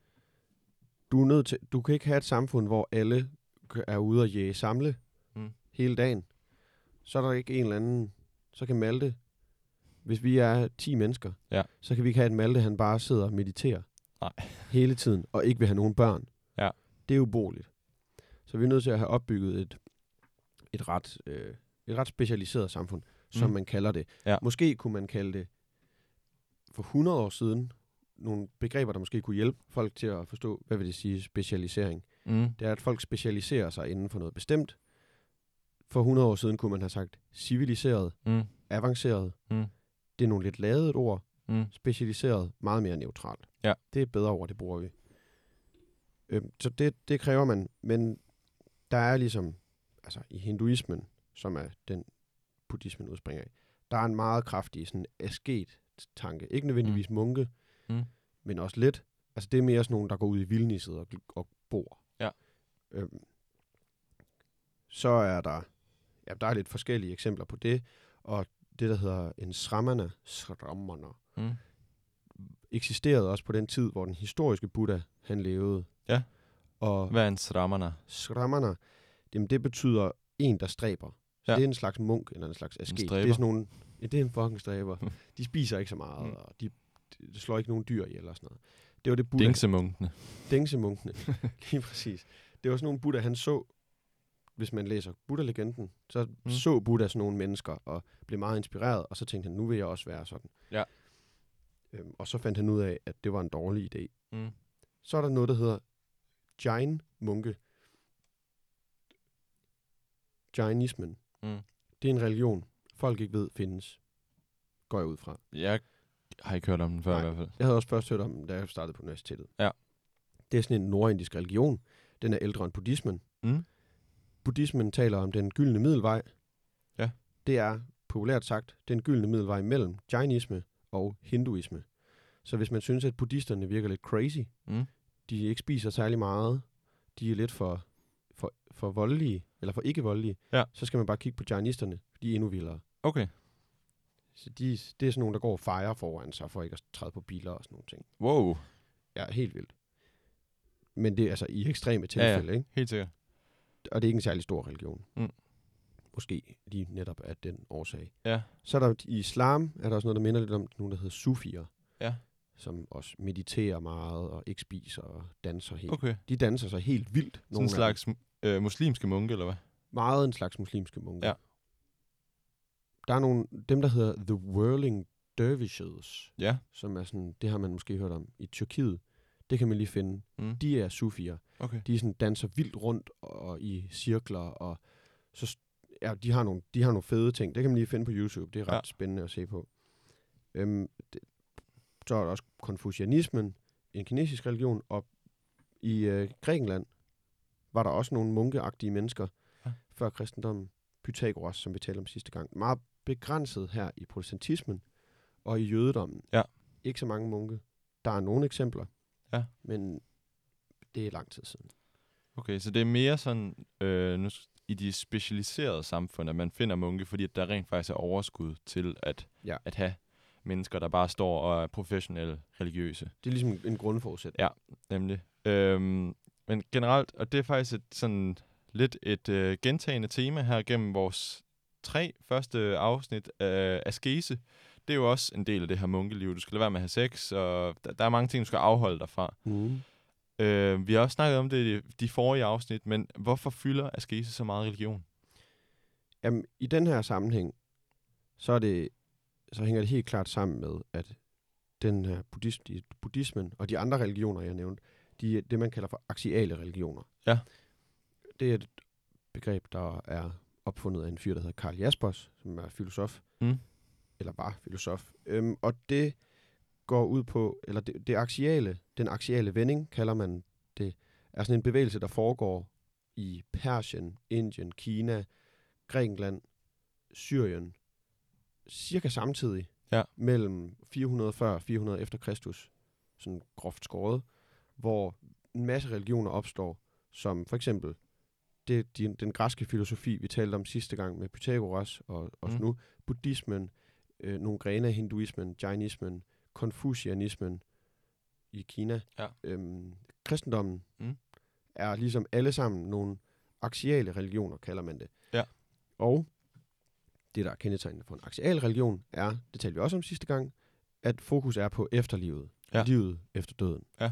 Du er nødt til, du kan ikke have et samfund, hvor alle k- er ude og jæge samle Mm. hele dagen. Så er der ikke en eller anden, så kan Malte, hvis vi er ti mennesker, Ja. så kan vi ikke have en Malte, han bare sidder og mediterer Nej. hele tiden, og ikke vil have nogen børn. Ja. Det er uboeligt. Så vi er nødt til at have opbygget et, et, ret, øh, et ret specialiseret samfund, som Mm. man kalder det. Ja. Måske kunne man kalde det for hundrede år siden nogle begreber, der måske kunne hjælpe folk til at forstå, hvad vil det sige specialisering. Mm. Det er, at folk specialiserer sig inden for noget bestemt. For hundrede år siden kunne man have sagt civiliseret, Mm. avanceret. Mm. Det er nogle lidt ladede ord. Mm. Specialiseret, meget mere neutralt. Ja. Det er et bedre ord, det bruger vi. Øhm, så det, det kræver man. Men der er ligesom, altså i hinduismen, som er den buddhismen udspringer af, der er en meget kraftig sådan asket tanke. Ikke nødvendigvis mm. munke, mm. men også lidt. Altså det er mere sådan nogen, der går ud i vildnisset og, og bor. Ja. Øhm, så er der, ja, der er lidt forskellige eksempler på det, og det, der hedder en sramana, sramana, mm. eksisterede også på den tid, hvor den historiske Buddha, han levede. Ja. Og hvad er en sramana? Sramana, det, det betyder en, der stræber. Så ja. Det er en slags munk, eller en slags asket. Det er sådan nogle, ja, det er en fucking stræber. De spiser ikke så meget, mm. og de, de slår ikke nogen dyr ihjel eller sådan noget. Det var det Buddha. Dingsemunkene. Dingsemunkene, lige præcis. Det var sådan nogle Buddha, han så, hvis man læser Buddha-legenden, så mm. så Buddha sådan nogle mennesker, og blev meget inspireret, og så tænkte han, nu vil jeg også være sådan. Ja. Øhm, og så fandt han ud af, at det var en dårlig idé. Mm. Så er der noget, der hedder Jain-munke. Jainismen. Mm. Det er en religion, folk ikke ved findes. Går jeg ud fra. Jeg har ikke hørt om den før. Nej, i hvert fald. Jeg havde også først hørt om den, da jeg startede på universitetet. Ja. Det er sådan en nordindisk religion. Den er ældre end buddhismen. Mm. Buddhismen taler om den gyldne middelvej. Ja. Det er, populært sagt, den gyldne middelvej mellem jainisme og hinduisme. Så hvis man synes, at buddhisterne virker lidt crazy, mm. de ikke spiser særlig meget, de er lidt for, for, for voldelige, eller for ikke voldelige, ja. Så skal man bare kigge på jainisterne, de er endnu vildere. Okay. Så de, det er sådan nogle, der går og fejrer foran sig, for ikke at træde på biler og sådan nogle ting. Wow. Ja, helt vildt. Men det er altså i ekstreme tilfælde, ja, ja. ikke? Helt sikkert. Og det er ikke en særlig stor religion. Mm. Måske lige netop af den årsag. Ja. Så er der i islam, er der også noget, der minder lidt om nogen, der hedder sufier. Ja. Som også mediterer meget og ikke spiser og danser helt. Okay. De danser så helt vildt. Sådan en slags øh, muslimske munke, eller hvad? Meget en slags muslimske munke. Ja. Der er nogle, dem der hedder The Whirling Dervishes, ja. Som er sådan, det har man måske hørt om i Tyrkiet. Det kan man lige finde. Mm. De er sufier. Okay. De sådan danser vildt rundt og i cirkler, og så ja, de har nogle, de har nogle fede ting. Det kan man lige finde på YouTube. Det er ret ja. spændende at se på. Øhm, det, så er der også konfucianismen, en kinesisk religion, og i øh, Grækenland var der også nogle munkeagtige mennesker ja. Før kristendommen. Pythagoras, som vi talte om sidste gang. Meget begrænset her i protestantismen og i jødedommen. Ja. Ikke så mange munke. Der er nogle eksempler, ja. Men det er lang tid siden. Okay, så det er mere sådan øh, nu, i de specialiserede samfund, at man finder munke, fordi at der rent faktisk er overskud til at, ja. At have mennesker, der bare står og er professionelle religiøse. Det er ligesom en grundforudsætning. Ja, nemlig. Øhm, men generelt, og det er faktisk et, sådan lidt et øh, gentagende tema her gennem vores tre første afsnit af askese. Det er jo også en del af det her munkeliv. Du skal lade være med at have sex, og der, der er mange ting, du skal afholde dig fra. Mm. Øh, vi har også snakket om det i de forrige afsnit, men hvorfor fylder askese så meget religion? Jamen, i den her sammenhæng, så, er det, så hænger det helt klart sammen med, at den her buddhism, buddhismen og de andre religioner, jeg nævnte, de er det, man kalder for aksiale religioner. Ja. Det er et begreb, der er opfundet af en fyr, der hedder Karl Jaspers, som er filosof, mm. eller var filosof. Øhm, og det går ud på, eller det, det aksiale, den aksiale vending, kalder man det, er sådan en bevægelse, der foregår i Persien, Indien, Kina, Grækenland, Syrien, cirka samtidig, ja. Mellem fire hundrede før og fire hundrede efter Kristus, sådan groft skåret, hvor en masse religioner opstår, som for eksempel det, de, den græske filosofi, vi talte om sidste gang med Pythagoras, og også mm. nu, buddhismen, øh, nogle grene af hinduismen, jainismen, konfucianismen i Kina. Ja. Øhm, kristendommen mm. er ligesom alle sammen nogle aksiale religioner, kalder man det. Ja. Og det, der er kendetegnende for en aksial religion, er, det talte vi også om sidste gang, at fokus er på efterlivet. Ja. Livet efter døden. Ja.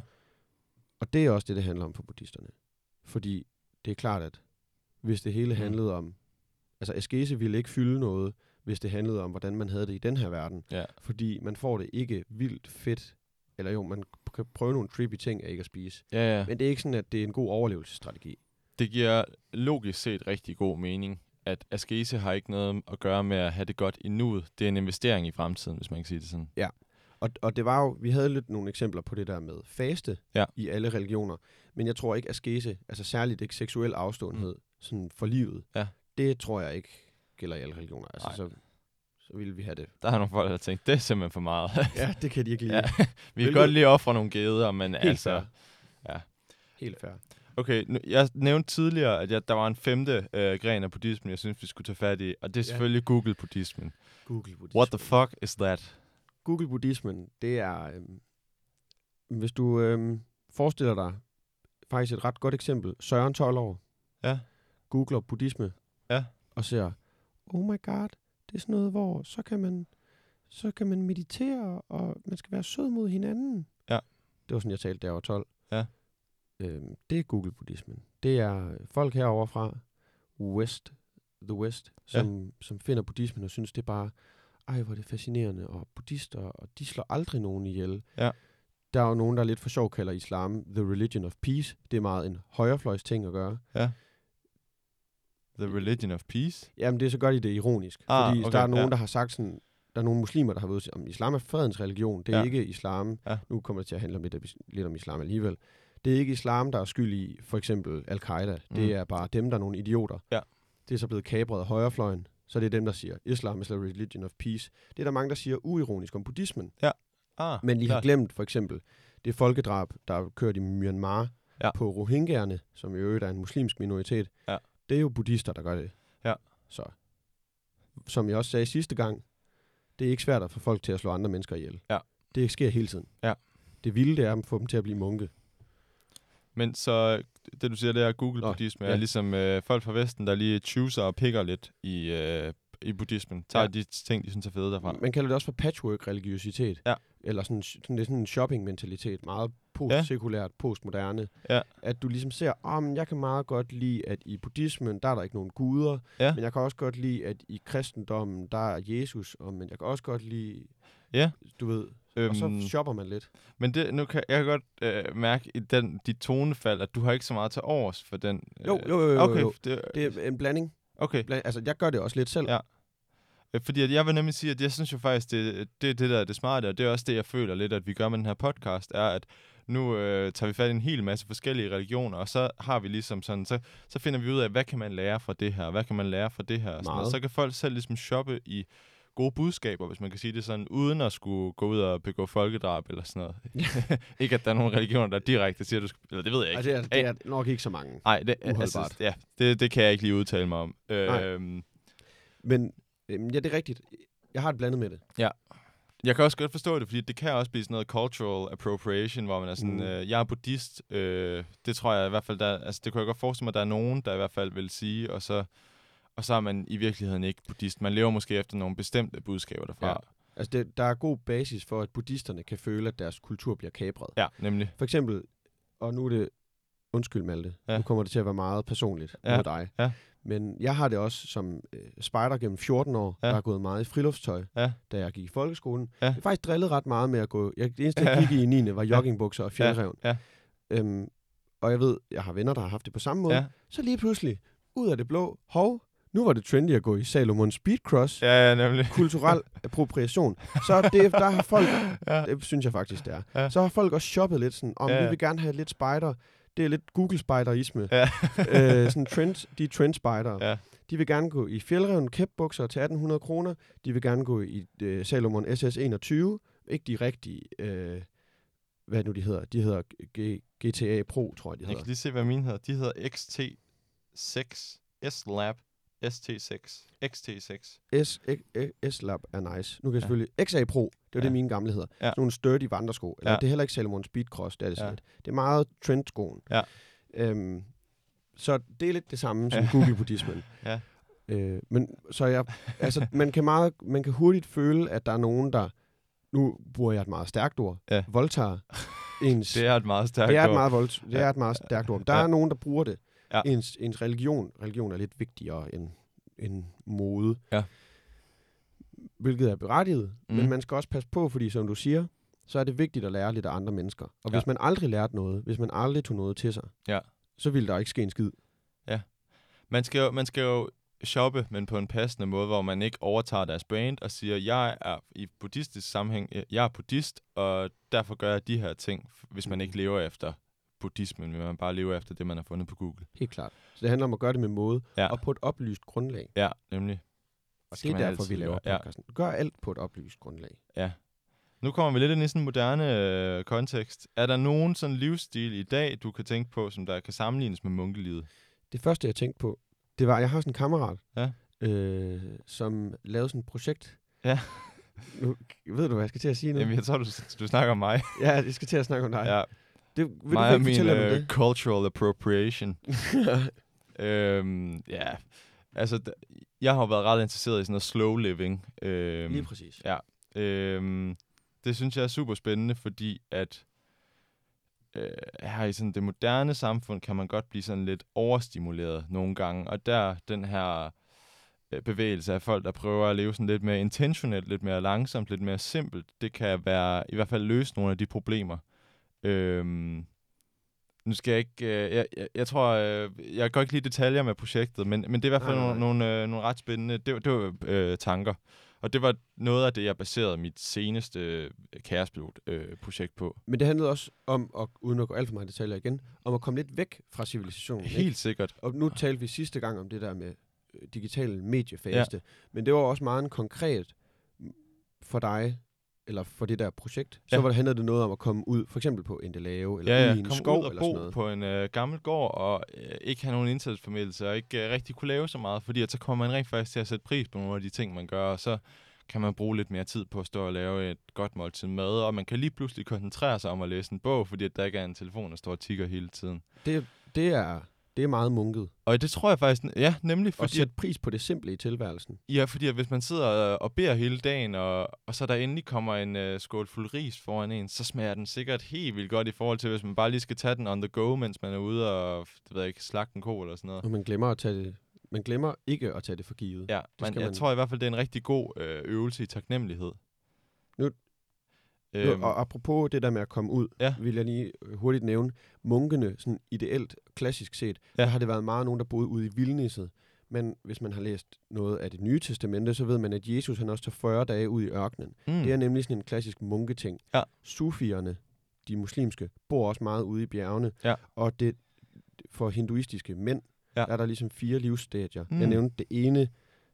Og det er også det, det handler om for buddhisterne. Fordi det er klart, at hvis det hele handlede mm. om... Altså, askese ville ikke fylde noget, hvis det handlede om, hvordan man havde det i den her verden. Ja. Fordi man får det ikke vildt fedt. Eller jo, man kan prøve nogle trippy ting af ikke at spise. Ja, ja. Men det er ikke sådan, at det er en god overlevelsesstrategi. Det giver logisk set rigtig god mening, at askese har ikke noget at gøre med at have det godt i nuet. Det er en investering i fremtiden, hvis man kan sige det sådan. Ja. Og, og det var jo, vi havde lidt nogle eksempler på det der med faste ja. I alle religioner, men jeg tror ikke askese, altså særligt ikke seksuel afståenhed, mm. sådan for livet, ja. Det tror jeg ikke gælder i alle religioner. Altså, så, så ville vi have det. Der er nogle folk, der har tænkt, det er simpelthen for meget. Ja, det kan de ikke lide. Ja. Vi kan Hvilket- godt lige ofre nogle geder, men Helt altså... fair. Ja. Helt fair. Okay, nu, jeg nævnte tidligere, at jeg, der var en femte øh, gren af buddhismen, jeg synes, vi skulle tage fat i, og det er Ja. selvfølgelig Google-buddhismen. Google-buddhismen. What the fuck is that? Google-buddhismen, det er... Øhm, hvis du øhm, forestiller dig faktisk et ret godt eksempel. Søren, tolv år, Ja. googler buddhisme. Ja. Og ser, oh my god, det er sådan noget, hvor så kan man, så kan man meditere, og man skal være sød mod hinanden. Ja. Det var sådan, jeg talte, da jeg var tolv. Ja. Øhm, det er Google-buddhismen. Det er folk herovre fra West, The West, som, ja. som finder buddhismen og synes, det er bare, ej, hvor er det fascinerende, og buddhister, og de slår aldrig nogen ihjel. Ja. Der er jo nogen, der lidt for sjov kalder islam the religion of peace. Det er meget en højrefløjs ting at gøre. Ja. The religion of peace? Jamen, det er så godt i det ironisk. Ah, fordi okay, der er nogen, ja. der har sagt sådan, der er nogle muslimer, der har været ude og sige, islam er fredens religion. Det er Ja. ikke islam. Ja. Nu kommer det til at handle om lidt, lidt om islam alligevel. Det er ikke islam, der er skyld i for eksempel al-Qaida. Mm. Det er bare dem, der er nogle idioter. Ja. Det er så blevet kapret af højrefløjen. Så det er dem, der siger, islam is the religion of peace. Det er der mange, der siger uironisk om buddhismen. Ah, Men de har klart. glemt for eksempel det folkedrab, der er kørt i Myanmar Ja. på rohingyerne, som i øvrigt er en muslimsk minoritet. Ja. Det er jo buddhister, der gør det. Ja. Så, som jeg også sagde sidste gang, det er ikke svært at få folk til at slå andre mennesker ihjel. Ja. Det sker hele tiden. Ja. Det vilde, det er at få dem til at blive munke. Men så, det du siger, det er Google-buddhisme, Nå, ja. er ligesom øh, folk fra Vesten, der lige chooser og picker lidt i, øh, i buddhismen. Tager Ja. de ting, de synes er fede derfra. Man kalder det også for patchwork-religiøsitet. Ja. Eller sådan, sådan, det er sådan en shopping-mentalitet. Meget postsekulært, postmoderne. Ja. At du ligesom ser, om oh, jeg kan meget godt lide, at i buddhismen, der er der ikke nogen guder. Ja. Men jeg kan også godt lide, at i kristendommen, der er Jesus. Og, men jeg kan også godt lide, Ja. du ved, Øhm, og så shopper man lidt. Men det, nu kan jeg kan godt øh, mærke i den, dit tonefald, at du har ikke så meget til overs for den. Øh, Jo, jo, jo, jo, okay, jo. Det, Det er en blanding. okay. Bland, altså, jeg gør det også lidt selv. Ja. Øh, Fordi at jeg vil nemlig sige, at jeg synes jo faktisk, det, det er det, der er det smarte, og det er også det, jeg føler lidt, at vi gør med den her podcast, er, at nu øh, tager vi fat i en hel masse forskellige religioner, og så har vi ligesom sådan, så, så finder vi ud af, hvad kan man lære fra det her, hvad kan man lære fra det her, og sådan noget. Så kan folk selv ligesom shoppe i gode budskaber, hvis man kan sige det sådan, uden at skulle gå ud og begå folkedrab eller sådan noget. Ikke at der er nogen religioner, der direkte siger, du skal, eller det ved jeg ikke. Ej, det, er, det er nok ikke så mange. Nej, det, Uholdbart. altså, ja, det, det kan jeg ikke lige udtale mig om. Nej. Øhm, Men øhm, ja, det er rigtigt. Jeg har det blandet med det. Jeg kan også godt forstå det, fordi det kan også blive sådan noget cultural appropriation, hvor man er sådan, Mm. øh, jeg er buddhist, øh, det tror jeg i hvert fald, der, altså det kunne jeg godt forestille mig, at der er nogen, der i hvert fald vil sige, og så, og så er man i virkeligheden ikke buddhist. Man lever måske efter nogle bestemte budskaber derfra. Ja. Altså, det, der er god basis for, at buddhisterne kan føle, at deres kultur bliver kapret. Ja, nemlig. For eksempel, og nu er det, undskyld Malte, Ja. nu kommer det til at være meget personligt Ja. mod dig. Ja. Men jeg har det også som øh, spejder gennem fjorten år, Ja. der har gået meget i friluftstøj, Ja. da jeg gik i folkeskolen. Ja. Jeg har faktisk drillet ret meget med at gå. Jeg, det eneste, jeg Ja. gik i i niende var joggingbukser og fjeldreven. Ja. Øhm, og jeg ved, jeg har venner, der har haft det på samme måde. Ja. Så lige pludselig, ud af det blå, hov, nu var det trendy at gå i Salomon Speedcross. Ja, ja, nemlig. Kulturel appropriation. Så det, der har folk, Ja. det synes jeg faktisk, det er. Ja. Så har folk også shoppet lidt sådan, om Ja. vi vil gerne have lidt spider. Det er lidt Google-spiderisme. Ja. øh, sådan trend, de er trend-spidere. Ja. De vil gerne gå i fjeldreven kæpbukser til atten hundrede kroner. De vil gerne gå i øh, Salomon S S enogtyve. Ikke de rigtige, øh, hvad nu de hedder? De hedder G- GTA Pro, tror jeg, de Jeg hedder. kan lige se, hvad mine hedder. De hedder X T seks, S-Lab, S T seks, X T seks. S, S-Lab er nice. Nu kan jeg Ja. selvfølgelig... X A Pro, det er Ja. det, mine gamle hedder. Ja. Sådan nogle sturdy vandresko. Eller Ja. det er heller ikke Salomon Speedcross, det er det sådan Ja. lidt. Det er meget trendskoen. Ja. Øhm, så det er lidt det samme som Ja. Google-buddhismen. Ja. Øh, men så jeg... Altså, man kan, meget, man kan hurtigt føle, at der er nogen, der... Nu bruger jeg et meget stærkt ord. Ja. Voldtager ens... Det er et meget stærkt det er et ord. meget, vold, det Ja. er et meget stærkt ord. Der Ja. er nogen, der bruger det. Ja. Ens, ens religion. Religion er lidt vigtigere end, end mode. Ja. Hvilket er berettiget. Mm. Men man skal også passe på, fordi som du siger, så er det vigtigt at lære lidt af andre mennesker. Og Ja. hvis man aldrig lærte noget, hvis man aldrig tog noget til sig, Ja. så ville der ikke ske en skid. Man skal, jo, man skal jo shoppe, men på en passende måde, hvor man ikke overtager deres brand og siger, jeg er i buddhistisk sammenhæng, jeg er buddhist, og derfor gør jeg de her ting, hvis man ikke lever efter buddhismen, men man bare lever efter det, man har fundet på Google. Helt klart. Så det handler om at gøre det med måde, Ja, og på et oplyst grundlag. ja nemlig. Og skal det er man derfor, altid vi laver gøre. Ja. podcasten. Gør alt på et oplyst grundlag. Ja. Nu kommer vi lidt ind i sådan en moderne øh, kontekst. Er der nogen sådan livsstil i dag, du kan tænke på, som der kan sammenlignes med munkelivet? Det første, jeg tænkte på, det var, at jeg har sådan en kammerat, Ja. øh, som lavede sådan et projekt. Ja. Nu, ved du, hvad jeg skal til at sige nu? Jamen, jeg tror, du, du snakker om mig. Ja, jeg skal til at snakke om dig. Ja. Det, vil Mig du og ikke min fortælle om øh, det? cultural appropriation. øhm, ja, altså, d- jeg har jo været ret interesseret i sådan noget slow living. Øhm, Lige præcis. Ja. Øhm, det synes jeg er super spændende, fordi at øh, her i sådan det moderne samfund kan man godt blive sådan lidt overstimuleret nogle gange, og der den her øh, bevægelse af folk, der prøver at leve sådan lidt mere intentionelt, lidt mere langsomt, lidt mere simpelt, det kan være i hvert fald løse nogle af de problemer. Øhm, nu skal jeg ikke, øh, jeg, jeg, jeg tror, øh, jeg går ikke lige detaljer med projektet, men, men det er i hvert fald Nej, nej, nogle, nogle, øh, nogle ret spændende, det, var- det var øh, tanker. Og det var noget af det, jeg baserede mit seneste Kærespilot-projekt på. Men det handlede også om, og uden at gå alt for meget detaljer igen, om at komme lidt væk fra civilisationen. Helt ikke? sikkert. Og nu talte vi sidste gang om det der med øh, digital mediefaste, ja. Men det var også meget konkret for dig, eller for det der projekt. Så Ja. var det, handlede det noget om at komme ud, for eksempel på Endelave, eller Ja, ja, ud i en kom skov, ud og eller sådan bo noget. på en øh, gammel gård, og øh, ikke have nogen indsatsformidlelse, og ikke øh, rigtig kunne lave så meget, fordi at så kommer man rent faktisk til at sætte pris på nogle af de ting, man gør, og så kan man bruge lidt mere tid på at stå og lave et godt måltid mad, og man kan lige pludselig koncentrere sig om at læse en bog, fordi at der ikke er en telefon, der står og tikker hele tiden. Det, det, er, det er meget munket. Og det tror jeg faktisk, ja, nemlig Og fordi, at, sætte pris på det simple i tilværelsen. ja, fordi at hvis man sidder og, og beder hele dagen, og, og så der endelig kommer en øh, skål fuld ris foran en, så smager den sikkert helt vildt godt i forhold til, hvis man bare lige skal tage den on the go, mens man er ude og, det ved jeg ikke, slagte en ko eller sådan noget. Og man glemmer at tage det. Man glemmer ikke at tage det for givet. Ja, men jeg man- tror i hvert fald, det er en rigtig god øh, øvelse i taknemmelighed. Nu- Øhm, Nu, og apropos det der med at komme ud, Ja. vil jeg lige øh, hurtigt nævne, munkene, sådan ideelt, klassisk set, ja. Ja. så har det været meget nogen, der boede ude i vildnisset. Men hvis man har læst noget af det nye testamente, så ved man, at Jesus han også tager fyrre dage ud i ørkenen. mm, Det er nemlig sådan en klassisk munketing. Ja. Sufierne, de muslimske, bor også meget ude i bjergene. Ja. Og det for hinduistiske mænd, Ja. er der ligesom fire livsstadier. Mm. Jeg nævnte det ene,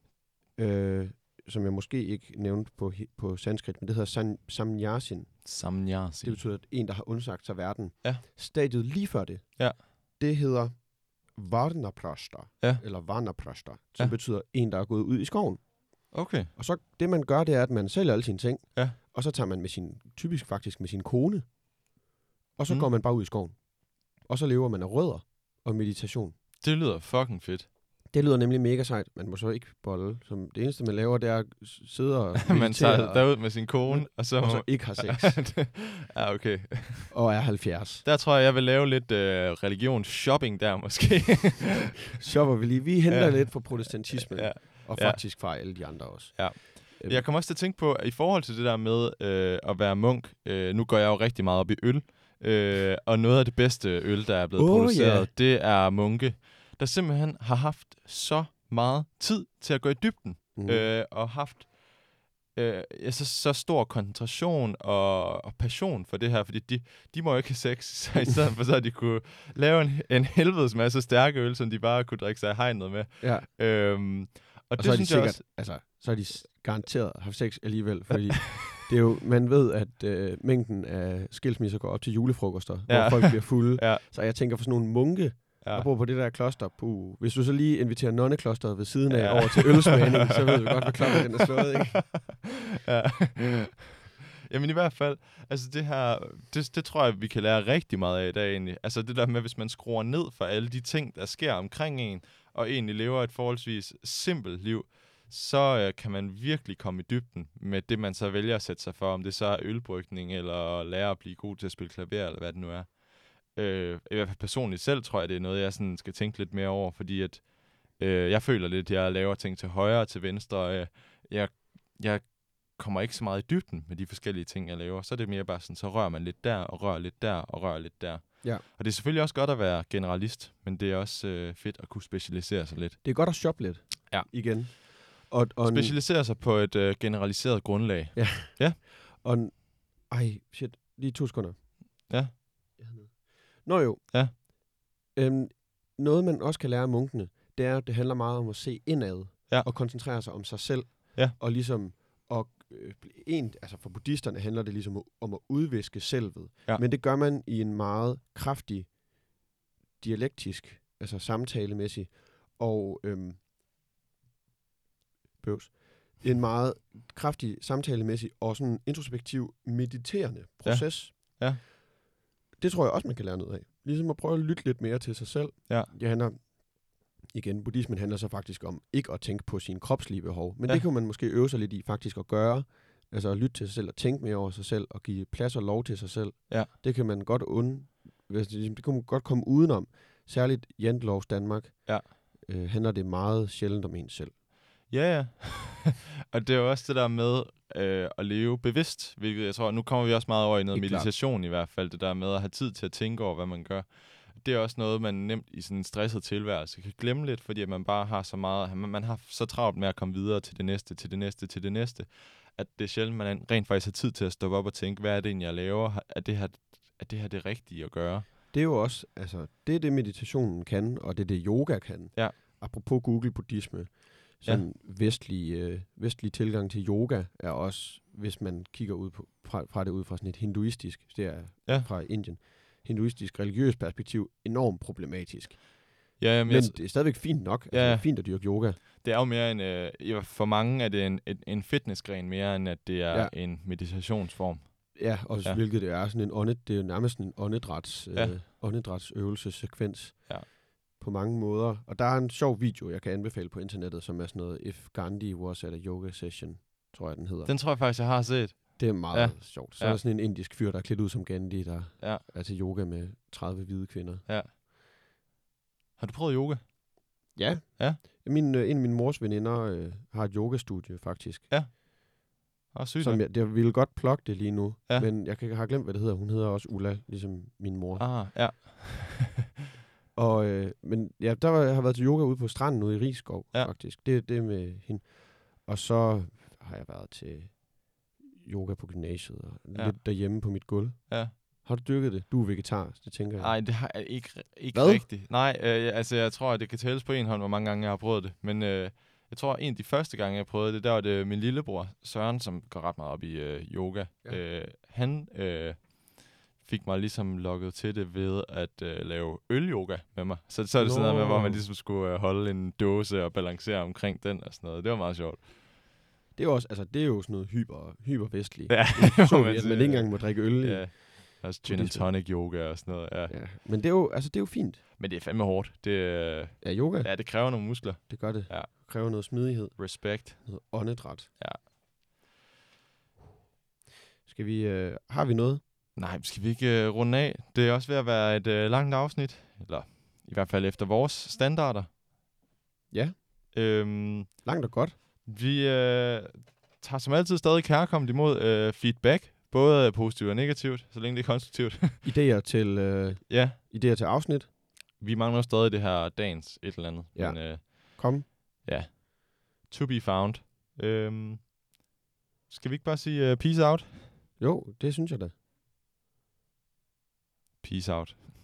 øh, som jeg måske ikke nævnte på, hi- på sanskrit, men det hedder san, samnyasin. Samnyasi. Det betyder, at en, der har undsagt sig verden. Ja. Stadiet lige før det, Ja. det hedder varnaprashta, Ja. eller varnaprashta, som Ja. betyder en, der er gået ud i skoven. Okay. Og så det, man gør, det er, at man sælger alle sine ting, Ja. og så tager man med sin, typisk faktisk med sin kone, og så Mm. mm. går man bare ud i skoven. Og så lever man af rødder og meditation. Det lyder fucking fedt. Det lyder nemlig mega sejt. Man må så ikke bolle. Som det eneste, man laver, det er at s- sidde og meditere, Man tager og, derud med sin kone, og så... og så ikke har sex, ja, okay. og er halvfjerds. Der tror jeg, jeg vil lave lidt øh, religionsshopping der, måske. Shopper vi lige. Vi henter Ja. ja. lidt fra protestantismen, ja. ja. og Ja. faktisk fra alle de andre også. Ja. Øhm, Jeg kommer også til at tænke på, at i forhold til det der med øh, at være munk, øh, nu går jeg jo rigtig meget op i øl, øh, og noget af det bedste øl, der er blevet Åh, produceret, ja. det er munke, der simpelthen har haft så meget tid til at gå i dybden, mm. mm. øh, og haft øh, ja, så, så stor koncentration og, og passion for det her, fordi de, de må jo ikke have sex, så i stedet for så at de kunne lave en, en helvedes masse stærke øl, som de bare kunne drikke sig i hegnet med. ja. Øhm, og, Og det så er de synes jeg sikkert, også, altså, så er de s- garanteret haft sex alligevel, fordi det er jo, man ved, at øh, mængden af skilsmisser går op til julefrokoster, ja. Ja. hvor folk bliver fulde. Ja. Så jeg tænker for sådan nogle munke, ja. der bor på det der kloster, puh. Hvis du så lige inviterer nonneklosteret ved siden af Ja. over til ølsmagning, så ved vi godt, hvad klokken den er slået, ikke? ja. Jamen i hvert fald, altså det her, det, det tror jeg, vi kan lære rigtig meget af i dag egentlig. Altså det der med, hvis man skruer ned for alle de ting, der sker omkring en, og egentlig lever et forholdsvis simpelt liv, så øh, kan man virkelig komme i dybden med det, man så vælger at sætte sig for, om det så er ølbrygning, eller lære at blive god til at spille klaver, eller hvad det nu er. Øh, I hvert fald personligt selv tror jeg, det er noget, jeg sådan skal tænke lidt mere over, fordi at øh, jeg føler lidt, at jeg laver ting til højre og til venstre, og øh, jeg, jeg kommer ikke så meget i dybden med de forskellige ting, jeg laver. Så er det mere bare sådan, så rører man lidt der, og rører lidt der, og rører lidt der. Ja. Og det er selvfølgelig også godt at være generalist, men det er også øh, fedt at kunne specialisere sig lidt. Det er godt at shoppe lidt. Ja. Igen. Og, og en- Specialisere sig på et øh, generaliseret grundlag. Og en, ej, shit. Lige to sekunder. Ja. Nå jo. Ja. Øhm, noget, man også kan lære af munkene, det er, at det handler meget om at se indad. Ja. og koncentrere sig om sig selv. Ja. Og ligesom, og, øh, en, altså for buddhisterne handler det ligesom om at udviske selvet. Ja. Men det gør man i en meget kraftig dialektisk, altså samtalemæssig, og øhm, bøvs, en meget kraftig samtalemæssig og sådan introspektiv, mediterende proces. Ja. Ja. Det tror jeg også, man kan lære noget af. Ligesom at prøve at lytte lidt mere til sig selv. Ja. Det handler, igen, buddhismen handler så faktisk om ikke at tænke på sine kropslige behov, men Ja. det kan man måske øve sig lidt i faktisk at gøre. Altså at lytte til sig selv og tænke mere over sig selv og give plads og lov til sig selv. Ja. Det kan man godt und, det kan man godt komme udenom. Særligt Jantelovs Danmark Ja. øh, handler det meget sjældent om en selv. Ja, ja. Og det er jo også det der med øh, at leve bevidst, hvilket jeg tror, nu kommer vi også meget over i noget Helt meditation klart. I hvert fald, det der med at have tid til at tænke over, hvad man gør. Det er også noget, man nemt i sådan en stresset tilværelse kan glemme lidt, fordi man bare har så meget, man, man har så travlt med at komme videre til det næste, til det næste, til det næste, at det er sjældent, man rent faktisk har tid til at stoppe op og tænke, hvad er det egentlig, jeg laver? Er det her, er det her det rigtige at gøre? Det er jo også, altså, det er det meditationen kan, og det er det yoga kan. Ja. Apropos Google-buddhisme, sådan ja. vestlig, øh, vestlig tilgang til yoga er også, hvis man kigger ud på, fra, fra det ud fra sådan et hinduistisk, det er ja. fra Indien, hinduistisk religiøst perspektiv, enormt problematisk. Ja, jamen, men jeg, det er stadigvæk fint nok. Altså, ja. det er fint at dyrke yoga. Det er jo mere en, øh, for mange er det en, en, en fitnessgren mere, end at det er ja. en meditationsform. Ja, og ja. hvilket det er sådan en åndet, det er jo nærmest en åndedræts, ja. øh, åndedrætsøvelsessekvens ja. på mange måder. Og der er en sjov video, jeg kan anbefale på internettet, som er sådan noget If Gandhi was at a yoga session, tror jeg, den hedder. Den tror jeg faktisk, jeg har set. Det er meget ja. sjovt. Så ja. er der sådan en indisk fyr, der er klædt ud som Gandhi, der ja. er til yoga med tredive hvide kvinder. Ja. Har du prøvet yoga? Ja. ja. Min, øh, en af mine mors veninder øh, har et yogastudie, faktisk. Ja. Og sygt. Som jeg, jeg ville godt plukke det lige nu, ja. men jeg kan, har glemt, hvad det hedder. Hun hedder også Ulla, ligesom min mor. Ah, ja. og, øh, men ja, der var, jeg har været til yoga ude på stranden ude i Rigskov, ja. faktisk. Det det med hende. Og så har jeg været til yoga på gymnasiet, og ja. lidt derhjemme på mit gulv. Ja. Har du dyrket det? Du er vegetar, det tænker jeg. Nej, det har jeg ikke, ikke Hvad? rigtigt. Nej, øh, altså jeg tror, at det kan tælles på en hånd, hvor mange gange jeg har prøvet det. Men øh, jeg tror, en af de første gange, jeg prøvede det, der var det min lillebror, Søren, som går ret meget op i øh, yoga. Ja. Øh, han øh, fik mig ligesom lukket til det ved at øh, lave øl-yoga med mig. Så, så er det no. sådan noget med, hvor man ligesom skulle øh, holde en dåse og balancere omkring den og sådan noget. Det var meget sjovt. Det er jo også, altså det er jo sådan noget hyper, hypervestligt. Ja, så man, at man ikke engang må drikke øl. Ja. Også gin and tonic yoga og sådan noget. Ja. ja. Men det er jo, altså det er jo fint. Men det er fandme hårdt. Det, øh, ja, yoga. Ja, det kræver nogle muskler. Det gør det. Ja. Det kræver noget smidighed. Respekt. Noget åndedræt. Ja. Skal vi, øh, har vi noget? Nej, skal vi ikke øh, runde af? Det er også ved at være et øh, langt afsnit. Eller i hvert fald efter vores standarder. Ja. Øhm, langt og godt. Vi øh, tager som altid stadig kærkommet imod øh, feedback. Både positivt og negativt, så længe det er konstruktivt. Idéer til, øh, ja. idéer til afsnit. Vi mangler stadig det her dagens et eller andet. Ja. Men, øh, Kom. Ja. To be found. Øhm, skal vi ikke bare sige uh, peace out? Jo, det synes jeg da. Peace out.